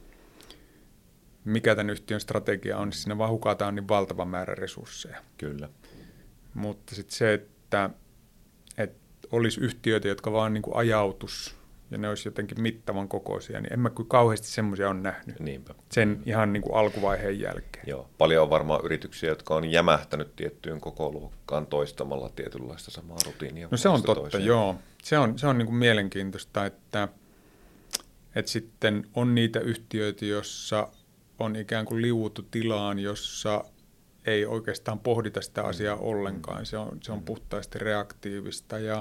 mikä tämän yhtiön strategia on, niin siinä vaan hukataan niin valtava määrä resursseja. Kyllä. Mutta sitten se, että, että olisi yhtiöitä, jotka vaan niin kuin ajautus, ja ne olisi jotenkin mittavan kokoisia, niin en mä kyllä kauheasti semmoisia ole nähnyt. Niinpä. Sen ihan niin kuin alkuvaiheen jälkeen. Joo, paljon on varmaan yrityksiä, jotka on jämähtänyt tiettyyn kokoluokkaan toistamalla tietynlaista samaa rutiinia. No se on totta, toiseen. joo. Se on, se on niin kuin mielenkiintoista, että, että sitten on niitä yhtiöitä, jossa on ikään kuin liuuttu tilaan, jossa ei oikeastaan pohdita sitä asiaa ollenkaan. Se on, se on puhtaasti reaktiivista ja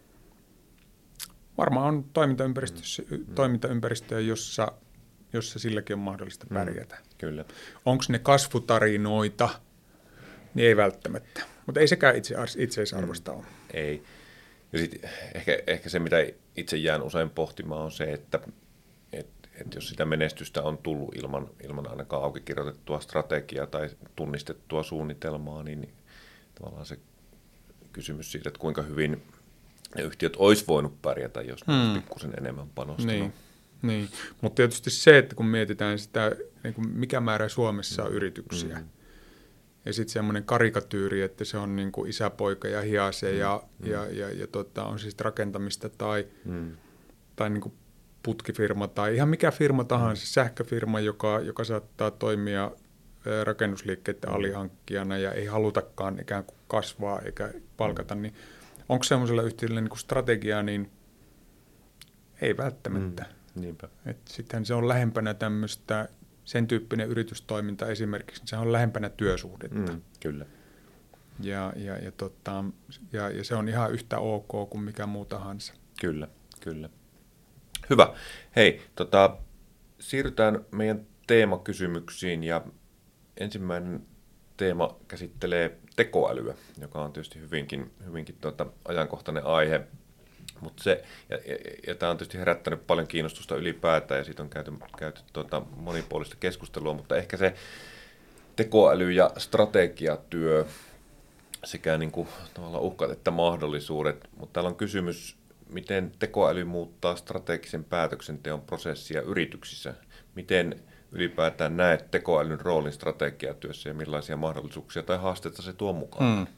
varmaan on toimintaympäristössä, mm. toimintaympäristöjä, jossa, jossa silläkin on mahdollista pärjätä. Mm, kyllä. Onko ne kasvutarinoita? Niin ei välttämättä. Mutta ei sekään itse, itseisarvosta mm. ole. Ei. Ja sitten ehkä, ehkä se, mitä itse jään usein pohtimaan, on se, että et, et jos sitä menestystä on tullut ilman, ilman ainakaan auki kirjoitettua strategiaa tai tunnistettua suunnitelmaa, niin tavallaan se kysymys siitä, että kuinka hyvin ne yhtiöt olisi voinut pärjätä, jos ne hmm. pikkusen enemmän panostanut. Niin, niin. Mutta tietysti se, että kun mietitään sitä, niin kuin mikä määrä Suomessa on yrityksiä, hmm. ja sitten semmoinen karikatyyri, että se on niin kuin isä, poika ja hiase, hmm. ja, hmm. ja, ja, ja tota, on siis rakentamista tai, hmm. tai niin kuin putkifirma tai ihan mikä firma tahansa, hmm. sähköfirma, joka, joka saattaa toimia rakennusliikkeiden hmm. alihankkijana ja ei halutakaan ikään kuin kasvaa eikä palkata, hmm. niin onko semmoisella yhtiöllä niin kuin strategiaa, niin ei välttämättä. Mm, niinpä. Sittenhän se on lähempänä tämmöistä, sen tyyppinen yritystoiminta esimerkiksi, se on lähempänä työsuhdetta. Mm, kyllä. Ja, ja, ja, tota, ja, ja se on ihan yhtä ok kuin mikä muu tahansa. Kyllä, kyllä. Hyvä. Hei, tota, siirrytään meidän teemakysymyksiin ja ensimmäinen teema käsittelee tekoälyä, joka on tietysti hyvinkin, hyvinkin tuota, ajankohtainen aihe, mutta se, ja, ja, ja tämä on tietysti herättänyt paljon kiinnostusta ylipäätään ja siitä on käyty, käyty tuota, monipuolista keskustelua, mutta ehkä se tekoäly ja strategiatyö sekä niin kuin, tavallaan uhkat että mahdollisuudet, mutta täällä on kysymys, miten tekoäly muuttaa strategisen päätöksenteon prosessia yrityksissä, miten ylipäätään näet tekoälyn roolin strategiatyössä ja millaisia mahdollisuuksia tai haasteita se tuo mukaan? Hmm.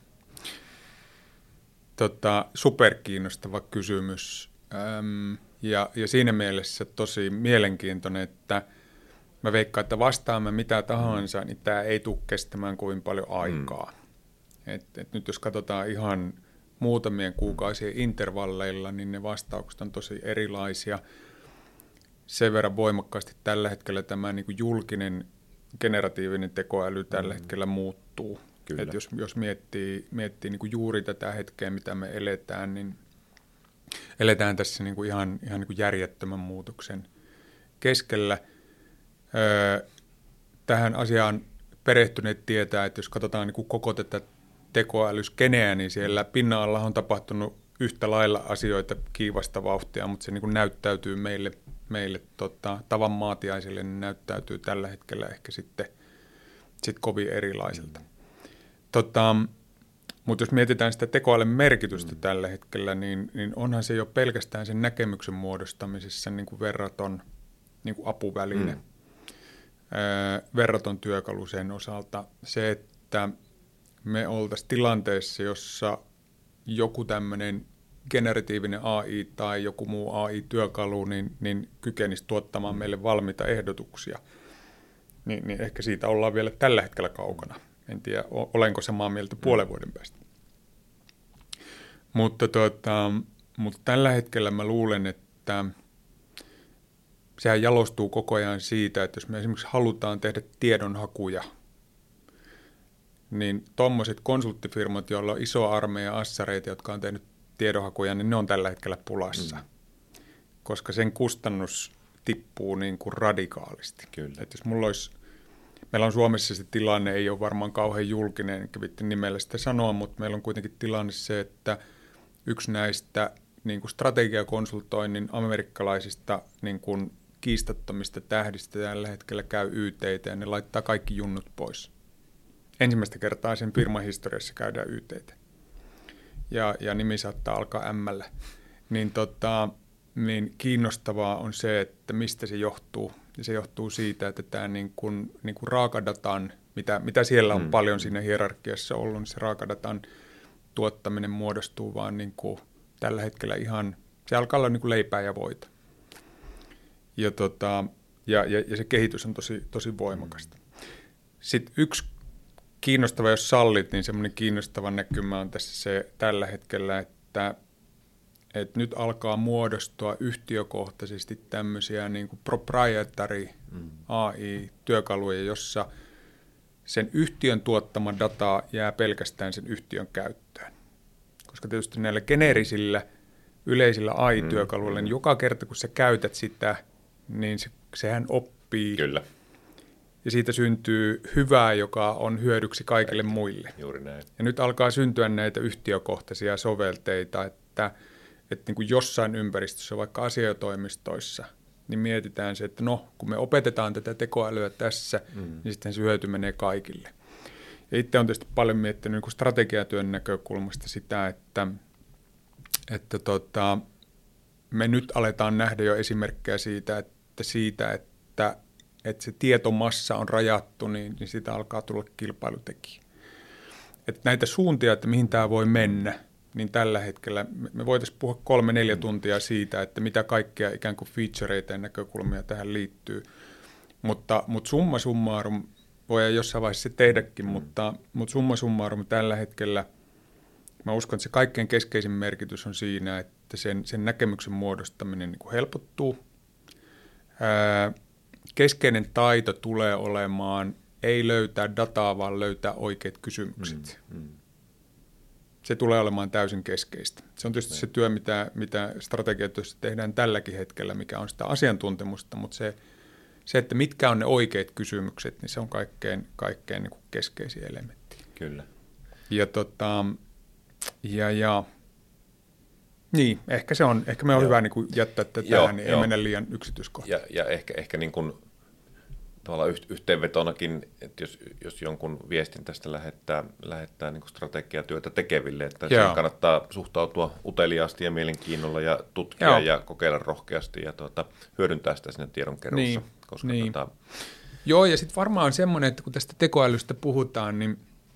Tota, superkiinnostava kysymys Öm, ja, ja siinä mielessä tosi mielenkiintoinen, että mä veikkaan, että vastaamme mitä tahansa, hmm. niin tämä ei tule kestämään kovin paljon aikaa. Hmm. Et, et nyt jos katsotaan ihan muutamien kuukausien intervalleilla, niin ne vastaukset on tosi erilaisia. Sen verran voimakkaasti tällä hetkellä tämä niin kuin julkinen generatiivinen tekoäly tällä mm-hmm. hetkellä muuttuu. Et jos, jos miettii, miettii niin kuin juuri tätä hetkeä, mitä me eletään, niin eletään tässä niin kuin ihan, ihan niin kuin järjettömän muutoksen keskellä. Öö, tähän asiaan perehtyneet tietää, että jos katsotaan niin kuin koko tätä tekoälyskeneä, niin siellä pinnan alla on tapahtunut yhtä lailla asioita kiivasta vauhtia, mutta se niin kuin näyttäytyy meille meille tota, tavan maatiaisille niin näyttäytyy tällä hetkellä ehkä sitten sit kovin erilaiselta. Mm. Tota, mutta jos mietitään sitä tekoälyn merkitystä mm. tällä hetkellä, niin, niin onhan se jo pelkästään sen näkemyksen muodostamisessa niin kuin verraton niin kuin apuväline, mm. öö, verraton työkalu sen osalta. Se, että me oltaisiin tilanteessa, jossa joku tämmöinen generatiivinen A I tai joku muu A I-työkalu niin, niin kykenisi tuottamaan meille valmiita ehdotuksia, niin, niin ehkä siitä ollaan vielä tällä hetkellä kaukana. En tiedä, olenko samaa mieltä puolen vuoden päästä. Mutta, tuota, mutta tällä hetkellä mä luulen, että sehän jalostuu koko ajan siitä, että jos me esimerkiksi halutaan tehdä tiedonhakuja, niin tuommoiset konsulttifirmat, joilla on iso armeija assareita, jotka on tehnyt tiedonhakuja, niin ne on tällä hetkellä pulassa, mm. koska sen kustannus tippuu niin kuin radikaalisti. Kyllä. Että jos mulla olisi, meillä on Suomessa se tilanne, ei ole varmaan kauhean julkinen, enkä viitti nimellä sitä sanoa, mutta meillä on kuitenkin tilanne se, että yksi näistä niin kuin strategiakonsultoinnin amerikkalaisista niin kuin kiistattomista tähdistä tällä hetkellä käy Y T:tä ja ne laittaa kaikki junnut pois. Ensimmäistä kertaa sen firman historiassa käydään Y T:tä. Ja, ja nimi saattaa alkaa M:llä. Niin, tota, niin kiinnostavaa on se, että mistä se johtuu. Ja se johtuu siitä, että tämä niin kuin, niin kuin raakadatan, mitä, mitä siellä on mm. paljon siinä hierarkiassa ollut, niin se raakadatan tuottaminen muodostuu vaan niin kuin tällä hetkellä ihan, se alkaa olla niin kuin leipää ja voita. Ja, tota, ja, ja, ja se kehitys on tosi, tosi voimakasta. Sitten yksi kiinnostava, jos sallit, niin semmoinen kiinnostava näkymä on tässä se tällä hetkellä, että, että nyt alkaa muodostua yhtiökohtaisesti tämmöisiä niin kuin proprietary mm. A I-työkaluja, jossa sen yhtiön tuottama data jää pelkästään sen yhtiön käyttöön. Koska tietysti näillä geneerisillä yleisillä A I-työkaluilla, mm. niin joka kerta kun sä käytät sitä, niin se, sehän oppii. Kyllä. Ja siitä syntyy hyvää, joka on hyödyksi kaikille muille. Juuri näin. Ja nyt alkaa syntyä näitä yhtiökohtaisia sovelteita, että, että niin kuin jossain ympäristössä, vaikka asiatoimistoissa, niin mietitään se, että no, kun me opetetaan tätä tekoälyä tässä, mm. niin sitten se hyöty menee kaikille. Ja itse olen tietysti paljon miettinyt niin kuin strategiatyön näkökulmasta sitä, että, että tota, me nyt aletaan nähdä jo esimerkkejä siitä, että, siitä, että että se tietomassa on rajattu, niin, niin siitä alkaa tulla kilpailutekijä. Että näitä suuntia, että mihin tämä voi mennä, niin tällä hetkellä me voitaisiin puhua kolme, neljä tuntia siitä, että mitä kaikkea ikään kuin featureita ja näkökulmia tähän liittyy. Mutta, mutta summa summarum, voidaan jossain vaiheessa se tehdäkin, mm. mutta, mutta summa summarum tällä hetkellä, mä uskon, että se kaikkein keskeisin merkitys on siinä, että sen, sen näkemyksen muodostaminen niin kuin helpottuu. Ää, Keskeinen taito tulee olemaan ei löytää dataa, vaan löytää oikeat kysymykset. Mm, mm. Se tulee olemaan täysin keskeistä. Se on tietysti ne. se työ, mitä, mitä strategiatyössä tehdään tälläkin hetkellä, mikä on sitä asiantuntemusta, mutta se, se että mitkä on ne oikeat kysymykset, niin se on kaikkein, kaikkein niin kuin keskeisin elementti. Kyllä. Ja, tota, ja, ja niin, ehkä se on, ehkä me on Joo. hyvä niin kuin jättää tätä tähän, niin jo. ei mennä liian yksityiskohtaan. Ja, ja ehkä, ehkä niin kuin tavallaan yhteenvetonakin, että jos, jos jonkun viestin tästä lähettää, lähettää niin kuin strategiatyötä tekeville, että siihen kannattaa suhtautua uteliaasti ja mielenkiinnolla ja tutkia Joo. ja kokeilla rohkeasti ja tuota, hyödyntää sitä siinä tiedonkeruussa. Niin, koska niin. Tuota... Joo, ja sitten varmaan on semmoinen, että kun tästä tekoälystä puhutaan, niin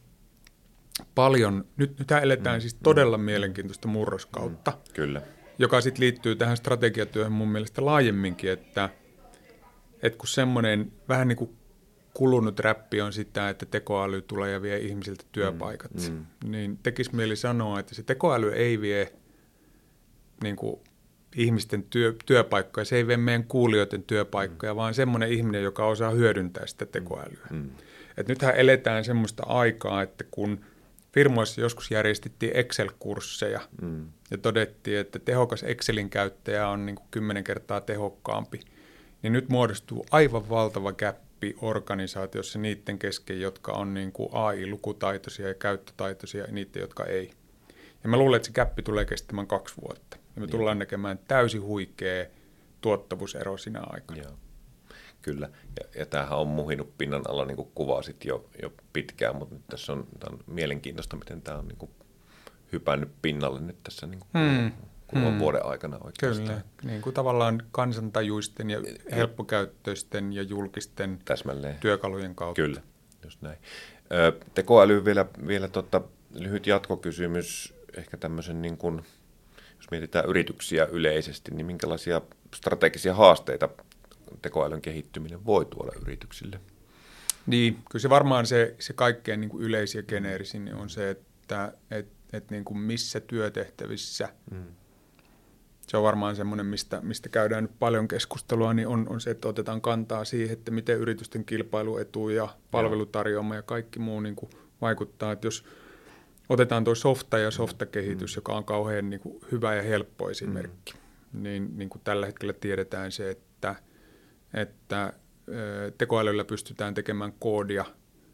paljon, nyt nythän eletään mm, siis todella mm, mielenkiintoista murroskautta, mm, kyllä. joka sitten liittyy tähän strategiatyöhön mun mielestä laajemminkin, että, että kun semmoinen vähän niin kuin kulunut räppi on sitä, että tekoäly tulee ja vie ihmisiltä työpaikat, mm, mm. niin tekisi mieli sanoa, että se tekoäly ei vie niin kuin ihmisten työ, työpaikkoja, se ei vie meidän kuulijoiden työpaikkoja, mm. vaan semmoinen ihminen, joka osaa hyödyntää sitä tekoälyä. Mm. Et nythän eletään semmoista aikaa, että kun firmoissa joskus järjestettiin Excel-kursseja mm. ja todettiin, että tehokas Excelin käyttäjä on niin kuin kymmenen kertaa tehokkaampi, niin nyt muodostuu aivan valtava gäppi organisaatiossa niiden kesken, jotka on niin kuin A I-lukutaitoisia ja käyttötaitoisia ja niiden, jotka ei. Ja mä luulen, että se gäppi tulee kestämään kaksi vuotta. Ja me tullaan näkemään täysin huikea tuottavuusero sinä aikana. Joo. Kyllä, ja, ja tämähän on muhinut pinnan alla, niin kuin kuvasit jo, jo pitkään, mutta nyt tässä on, on mielenkiintoista, miten tämä on niin kuin hypännyt pinnalle nyt tässä niin kuin hmm. kuluvan hmm. vuoden aikana oikeastaan. Kyllä, niin kuin tavallaan kansantajuisten ja helppokäyttöisten ja julkisten Täsmälleen. Työkalujen kautta. Kyllä, just näin. Tekoäly vielä, vielä tota, lyhyt jatkokysymys, ehkä tämmöisen, niin kuin, jos mietitään yrityksiä yleisesti, niin minkälaisia strategisia haasteita tekoälyn kehittyminen voi tuoda yrityksille? Niin, kyllä se varmaan se, se kaikkein niin kuin yleisin ja geneerisin on se, että et, et niin kuin missä työtehtävissä, mm. se on varmaan semmoinen, mistä, mistä käydään nyt paljon keskustelua, niin on, on se, että otetaan kantaa siihen, että miten yritysten kilpailuetu ja palvelutarjoama ja kaikki muu niin kuin vaikuttaa. Että jos otetaan tuo softa ja softakehitys, mm. joka on kauhean niin kuin hyvä ja helppo esimerkki, mm. niin, niin kuin tällä hetkellä tiedetään se, että että tekoälyllä pystytään tekemään koodia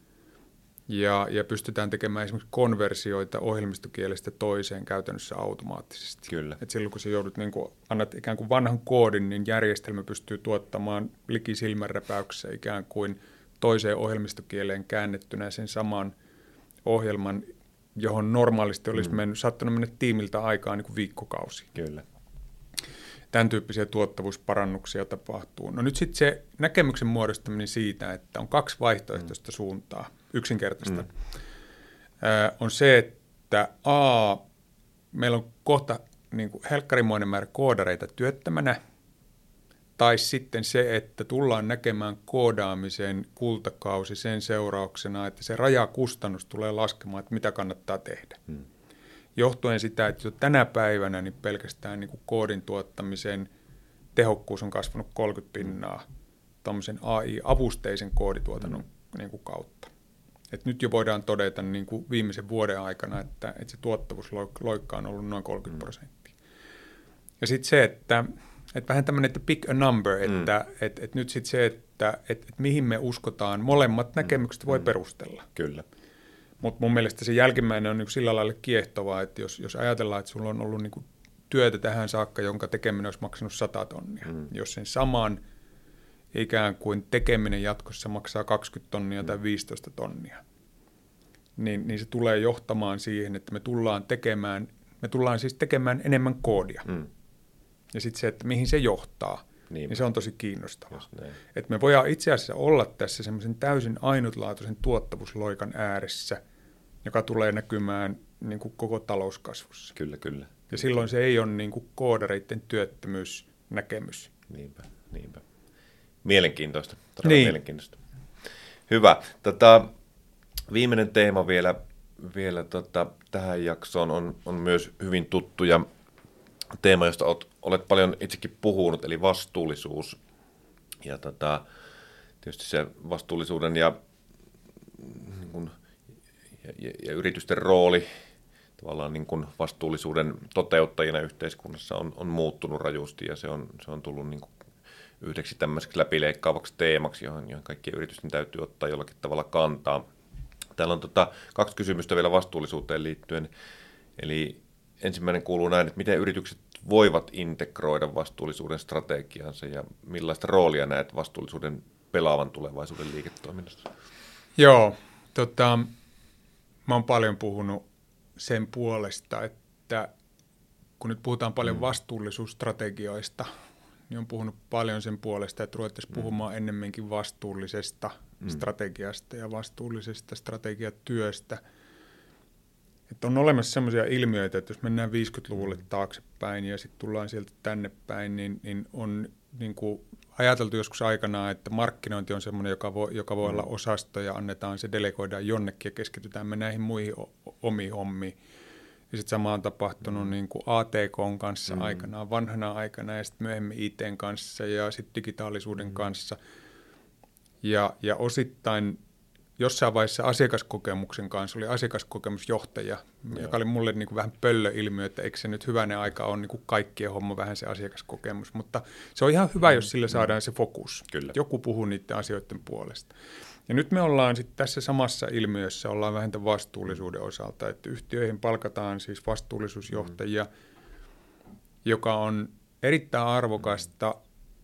ja, ja pystytään tekemään esimerkiksi konversioita ohjelmistokielestä toiseen käytännössä automaattisesti. Kyllä. Et silloin kun sä joudut, niin kun annat ikään kuin vanhan koodin, niin järjestelmä pystyy tuottamaan liki silmänräpäyksessä ikään kuin toiseen ohjelmistokieleen käännettynä sen saman ohjelman, johon normaalisti olisi mm. mennyt, saattanut mennä tiimiltä aikaa niin kuin viikkokausi. Kyllä. Tämän tyyppisiä tuottavuusparannuksia tapahtuu. No nyt sitten se näkemyksen muodostaminen siitä, että on kaksi vaihtoehtoista mm. suuntaa, yksinkertaista, mm. äh, on se, että a, meillä on kohta niin kuin helkkarimoinen määrä koodareita työttömänä, tai sitten se, että tullaan näkemään koodaamisen kultakausi sen seurauksena, että se rajakustannus tulee laskemaan, että mitä kannattaa tehdä. Mm. Johtuen sitä, että jo tänä päivänä niin pelkästään niin kuin koodin tuottamisen tehokkuus on kasvanut kolmekymmentä pinnaa tuommoisen A I-avusteisen koodituotannon mm. niin kuin kautta. Et nyt jo voidaan todeta niin kuin viimeisen vuoden aikana, että, että se tuottavuusloikka on ollut noin kolmekymmentä prosenttia. Mm. Ja sitten se, että, että vähän tämmöinen, että pick a number, mm. että että, että nyt sitten se, että että, että mihin me uskotaan, molemmat näkemykset voi mm. perustella. Kyllä. Mutta mun mielestä se jälkimmäinen on niin sillä lailla kiehtovaa, että jos, jos ajatellaan, että sulla on ollut niin kuin työtä tähän saakka, jonka tekeminen olisi maksanut sata tonnia. Mm. Jos sen saman ikään kuin tekeminen jatkossa maksaa kaksikymmentä tonnia mm. tai viisitoista tonnia, niin, niin se tulee johtamaan siihen, että me tullaan tekemään, me tullaan siis tekemään enemmän koodia. Mm. Ja sitten se, että mihin se johtaa, niin, niin se on tosi kiinnostavaa. Että me voidaan itse asiassa olla tässä semmoisen täysin ainutlaatuisen tuottavuusloikan ääressä, joka tulee näkymään niin kuin koko talouskasvussa. Kyllä, kyllä. Ja silloin se ei ole niin kuin koodareiden työttömyysnäkemys. Niinpä, niinpä. Mielenkiintoista, todella niin. mielenkiintoista. Hyvä. Tota, viimeinen teema vielä, vielä tota, tähän jaksoon on, on myös hyvin tuttu ja teema, josta olet, olet paljon itsekin puhunut, eli vastuullisuus. Ja tota, tietysti se vastuullisuuden ja, niin kuin, ja, ja, ja yritysten rooli tavallaan niin kuin vastuullisuuden toteuttajina yhteiskunnassa on, on muuttunut rajusti ja se on, se on tullut niin kuin yhdeksi tämmöiseksi läpileikkaavaksi teemaksi, johon, johon kaikkien yritysten täytyy ottaa jollakin tavalla kantaa. Täällä on tota, kaksi kysymystä vielä vastuullisuuteen liittyen. Eli ensimmäinen kuuluu näin, että miten yritykset voivat integroida vastuullisuuden strategiansa ja millaista roolia näet vastuullisuuden pelaavan tulevaisuuden liiketoiminnassa? Joo, tota, mä oon paljon puhunut sen puolesta, että kun nyt puhutaan paljon mm. vastuullisuusstrategioista, niin on puhunut paljon sen puolesta, että ruvettaisiin mm. puhumaan ennemminkin vastuullisesta mm. strategiasta ja vastuullisesta strategiatyöstä. Että on olemassa sellaisia ilmiöitä, että jos mennään viisikymmentäluvulle taaksepäin ja sitten tullaan sieltä tänne päin, niin, niin on niin kuin ajateltu joskus aikanaan, että markkinointi on semmoinen, joka voi, joka voi mm. olla osasto ja annetaan se, delegoidaan jonnekin ja keskitytään me näihin muihin omiin hommiin. Ja sitten sama on tapahtunut mm. niin kuin A T K:n kanssa mm. aikanaan, vanhana aikana ja sitten myöhemmin I T:n kanssa ja sitten digitaalisuuden mm. kanssa. Ja, ja osittain jossain vaiheessa asiakaskokemuksen kanssa oli asiakaskokemusjohtaja, Joo. joka oli mulle niin kuin vähän pöllöilmiö, että eikö se nyt hyvänen aika on niin kuin kaikkien homma vähän se asiakaskokemus. Mutta se on ihan hyvä, jos sillä saadaan se fokus. Kyllä. Joku puhuu niiden asioiden puolesta. Ja nyt me ollaan sitten tässä samassa ilmiössä, ollaan vähän tämän vastuullisuuden osalta, että yhtiöihin palkataan siis vastuullisuusjohtajia, mm. joka on erittäin arvokasta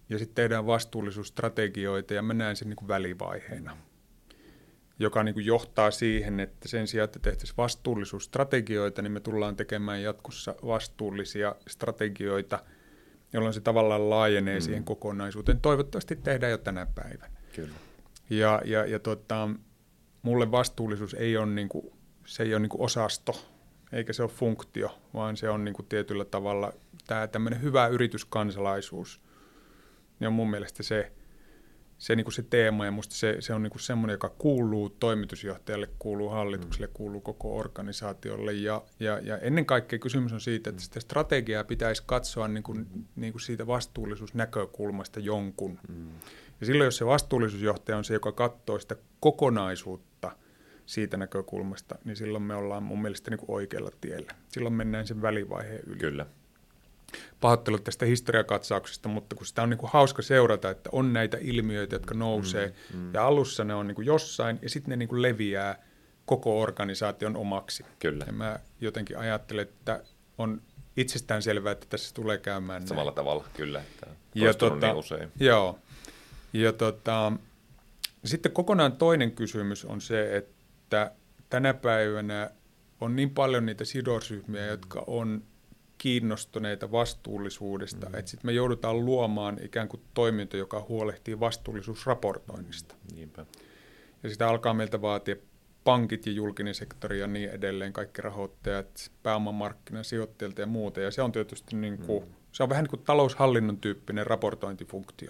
ja sitten tehdään vastuullisuusstrategioita, ja mä näen sen niin kuin välivaiheena, joka niin kuin johtaa siihen, että sen sijaan, että tehtäisiin vastuullisuusstrategioita, niin me tullaan tekemään jatkossa vastuullisia strategioita, jolloin se tavallaan laajenee mm. siihen kokonaisuuteen. Toivottavasti tehdään jo tänä päivänä. Kyllä. Ja, ja, ja tota, mulle vastuullisuus ei ole, niin kuin, se ei ole niin kuin osasto, eikä se ole funktio, vaan se on niin kuin tietyllä tavalla tämä tämmöinen hyvä yrityskansalaisuus. Niin on mun mielestä se, se, niin kuin se teema, ja musta se, se on niin kuin semmoinen, joka kuuluu toimitusjohtajalle, kuuluu hallitukselle, kuuluu koko organisaatiolle. Ja, ja, ja ennen kaikkea kysymys on siitä, että sitä strategiaa pitäisi katsoa niin kuin, niin kuin siitä vastuullisuusnäkökulmasta jonkun. Mm. Ja silloin, jos se vastuullisuusjohtaja on se, joka katsoo sitä kokonaisuutta siitä näkökulmasta, niin silloin me ollaan mun mielestä niin kuin oikealla tiellä. Silloin mennään sen välivaiheen yli. Kyllä. Pahoittelut tästä historiakatsauksesta, mutta kun sitä on niin kuin hauska seurata, että on näitä ilmiöitä, jotka nousee, mm, mm. ja alussa ne on niin kuin jossain, ja sitten ne niin kuin leviää koko organisaation omaksi. Kyllä. Ja mä jotenkin ajattelen, että on itsestään selvää, että tässä tulee käymään näin. Samalla tavalla, kyllä. Ja tota, niin usein. Joo. Ja tota, sitten kokonaan toinen kysymys on se, että tänä päivänä on niin paljon niitä sidosryhmiä, jotka on kiinnostuneita vastuullisuudesta, mm. että sitten me joudutaan luomaan ikään kuin toiminto, joka huolehtii vastuullisuusraportoinnista. Niinpä. Ja sitä alkaa meiltä vaatia pankit ja julkinen sektori ja niin edelleen, kaikki rahoittajat, pääomamarkkina, sijoittajilta ja muuta. Ja se on tietysti niin kuin, mm. se on vähän niin kuin taloushallinnon tyyppinen raportointifunktio.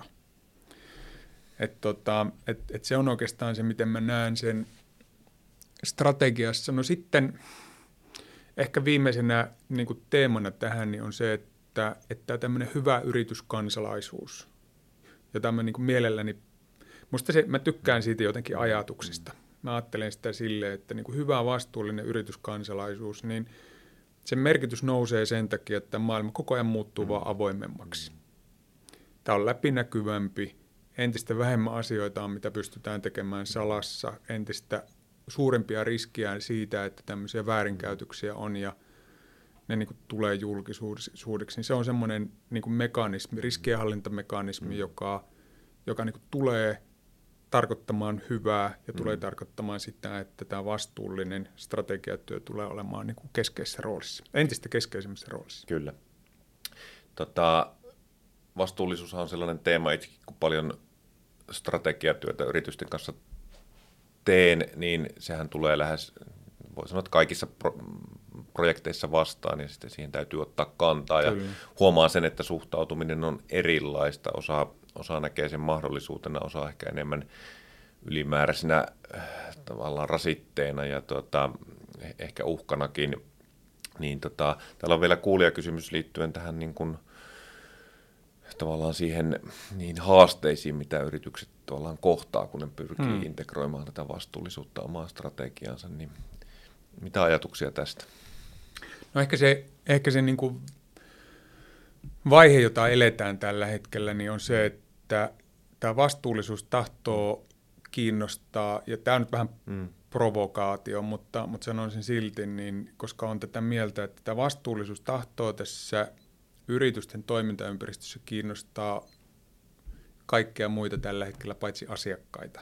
Et tota, et, et se on oikeastaan se, miten mä näen sen strategiassa. No sitten ehkä viimeisenä niin kuin teemana tähän niin on se, että, että tämmöinen hyvä yrityskansalaisuus, jota mä niin kuin mielelläni, musta se, mä tykkään siitä jotenkin ajatuksista. Mä ajattelen sitä silleen, että niin kuin hyvä vastuullinen yrityskansalaisuus, niin sen merkitys nousee sen takia, että maailma koko ajan muuttuu vaan avoimemmaksi. Tämä on läpinäkyvämpi, entistä vähemmän asioita on, mitä pystytään tekemään salassa, entistä suurempia riskiä siitä, että tämmöisiä väärinkäytöksiä on ja ne niin kuin tulee julkisuudeksi. Se on semmoinen niin kuin mekanismi, riskienhallintamekanismi, mm. joka, joka niin kuin tulee tarkoittamaan hyvää ja mm. tulee tarkoittamaan sitä, että tämä vastuullinen strategiatyö tulee olemaan niin kuin keskeisessä roolissa, entistä keskeisemmässä roolissa. Kyllä. Tota, vastuullisuushan on sellainen teema, itsekin kun paljon strategiatyötä yritysten kanssa teen, niin sehän tulee lähes, voi sanoa, että kaikissa pro- projekteissa vastaan, ja sitten siihen täytyy ottaa kantaa. Ja huomaa sen, että suhtautuminen on erilaista. Osa, osa näkee sen mahdollisuutena, osa ehkä enemmän ylimääräisenä äh, tavallaan rasitteena ja tota, ehkä uhkanakin. Niin tota, täällä on vielä kuulijakysymys liittyen tähän niin kuin, tavallaan siihen niin haasteisiin, mitä yritykset tavallaan kohtaa, kun ne pyrkii hmm. integroimaan tätä vastuullisuutta omaan strategiaansa. Niin mitä ajatuksia tästä? No ehkä se, ehkä se niin kuin vaihe, jota eletään tällä hetkellä, niin on se, että tämä vastuullisuus tahtoo kiinnostaa, ja tämä on nyt vähän hmm. provokaatio, mutta, mutta sanon sen silti, niin, koska on tätä mieltä, että tämä vastuullisuus tahtoo tässä yritysten toimintaympäristössä kiinnostaa kaikkea muita tällä hetkellä, paitsi asiakkaita.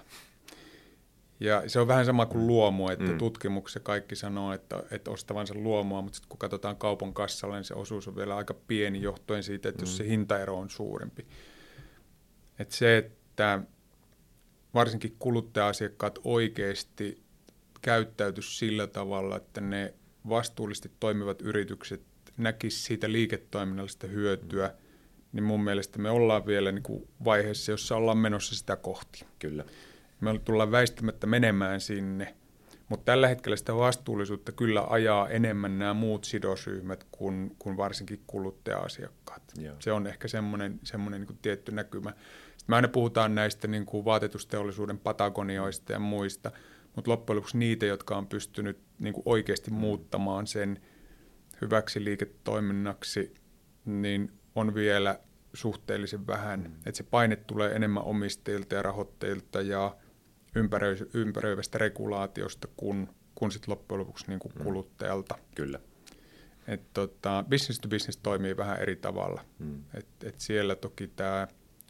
Ja se on vähän sama kuin luomu, että mm. tutkimuksessa kaikki sanoo, että, että ostavansa luomua, mutta sitten kun katsotaan kaupan kassalla, niin se osuus on vielä aika pieni johtuen siitä, että mm. jos se hintaero on suurempi. Että se, että varsinkin kuluttaja-asiakkaat oikeasti käyttäytyisi sillä tavalla, että ne vastuullisesti toimivat yritykset näkisi siitä liiketoiminnallista hyötyä, niin mun mielestä me ollaan vielä niin kuin vaiheessa, jossa ollaan menossa sitä kohti. Kyllä. Me tullaan väistämättä menemään sinne, mutta tällä hetkellä sitä vastuullisuutta kyllä ajaa enemmän nämä muut sidosryhmät kuin, kuin varsinkin kuluttaja-asiakkaat. Joo. Se on ehkä semmoinen, semmoinen niin kuin tietty näkymä. Sitten me aina puhutaan näistä niin kuin vaatetusteollisuuden patagonioista ja muista, mutta loppujen lopuksi niitä, jotka on pystynyt niin kuin oikeasti muuttamaan sen hyväksi liiketoiminnaksi, niin on vielä suhteellisen vähän. Mm. Että se paine tulee enemmän omistajilta ja rahoittajilta ja ympäröi- ympäröivästä regulaatiosta kuin, kuin sit loppujen lopuksi niin kuin kuluttajalta. Kyllä. Et tota, business to business toimii vähän eri tavalla. Mm. Et, et siellä toki tämä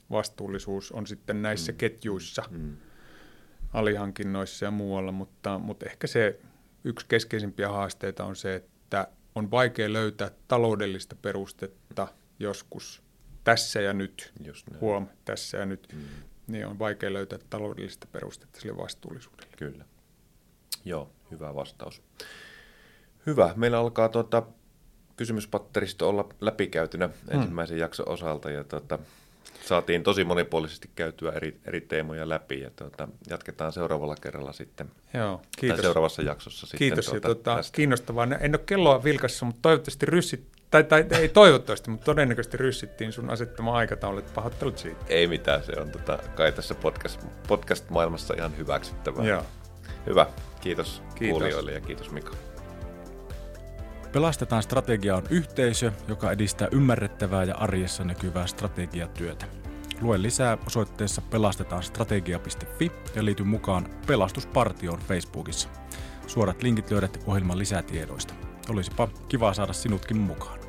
vastuullisuus on sitten näissä mm. ketjuissa, mm. alihankinnoissa ja muualla, mutta, mutta ehkä se yksi keskeisimpiä haasteita on se, että on vaikea löytää taloudellista perustetta joskus tässä ja nyt, huom, tässä ja nyt, mm. niin on vaikea löytää taloudellista perustetta sille vastuullisuudelle. Kyllä. Joo, hyvä vastaus. Hyvä. Meillä alkaa tuota kysymyspatteristo olla läpikäytynä hmm. ensimmäisen jakson osalta ja tuota, saatiin tosi monipuolisesti käytyä eri, eri teemoja läpi ja tuota, jatketaan seuraavalla kerralla sitten. Joo, kiitos. Tai seuraavassa jaksossa sitten. Kiitos. Tuota, ja tuota, kiinnostavaa. En ole kelloa vilkassa, mutta toivottavasti ryssit, tai, tai ei toivottavasti, mutta todennäköisesti ryssittiin sun asettama aikataulu, että pahoittelut siitä. Ei mitään, se on tota, kai tässä podcast, podcast-maailmassa ihan hyväksyttävää. Joo. Hyvä. Kiitos, kiitos kuulijoille ja kiitos Mika. Pelastetaan strategia on yhteisö, joka edistää ymmärrettävää ja arjessa näkyvää strategiatyötä. Lue lisää osoitteessa pelastetaanstrategia piste fi ja liity mukaan Pelastuspartioon Facebookissa. Suorat linkit löydät ohjelman lisätiedoista. Olisipa kiva saada sinutkin mukaan.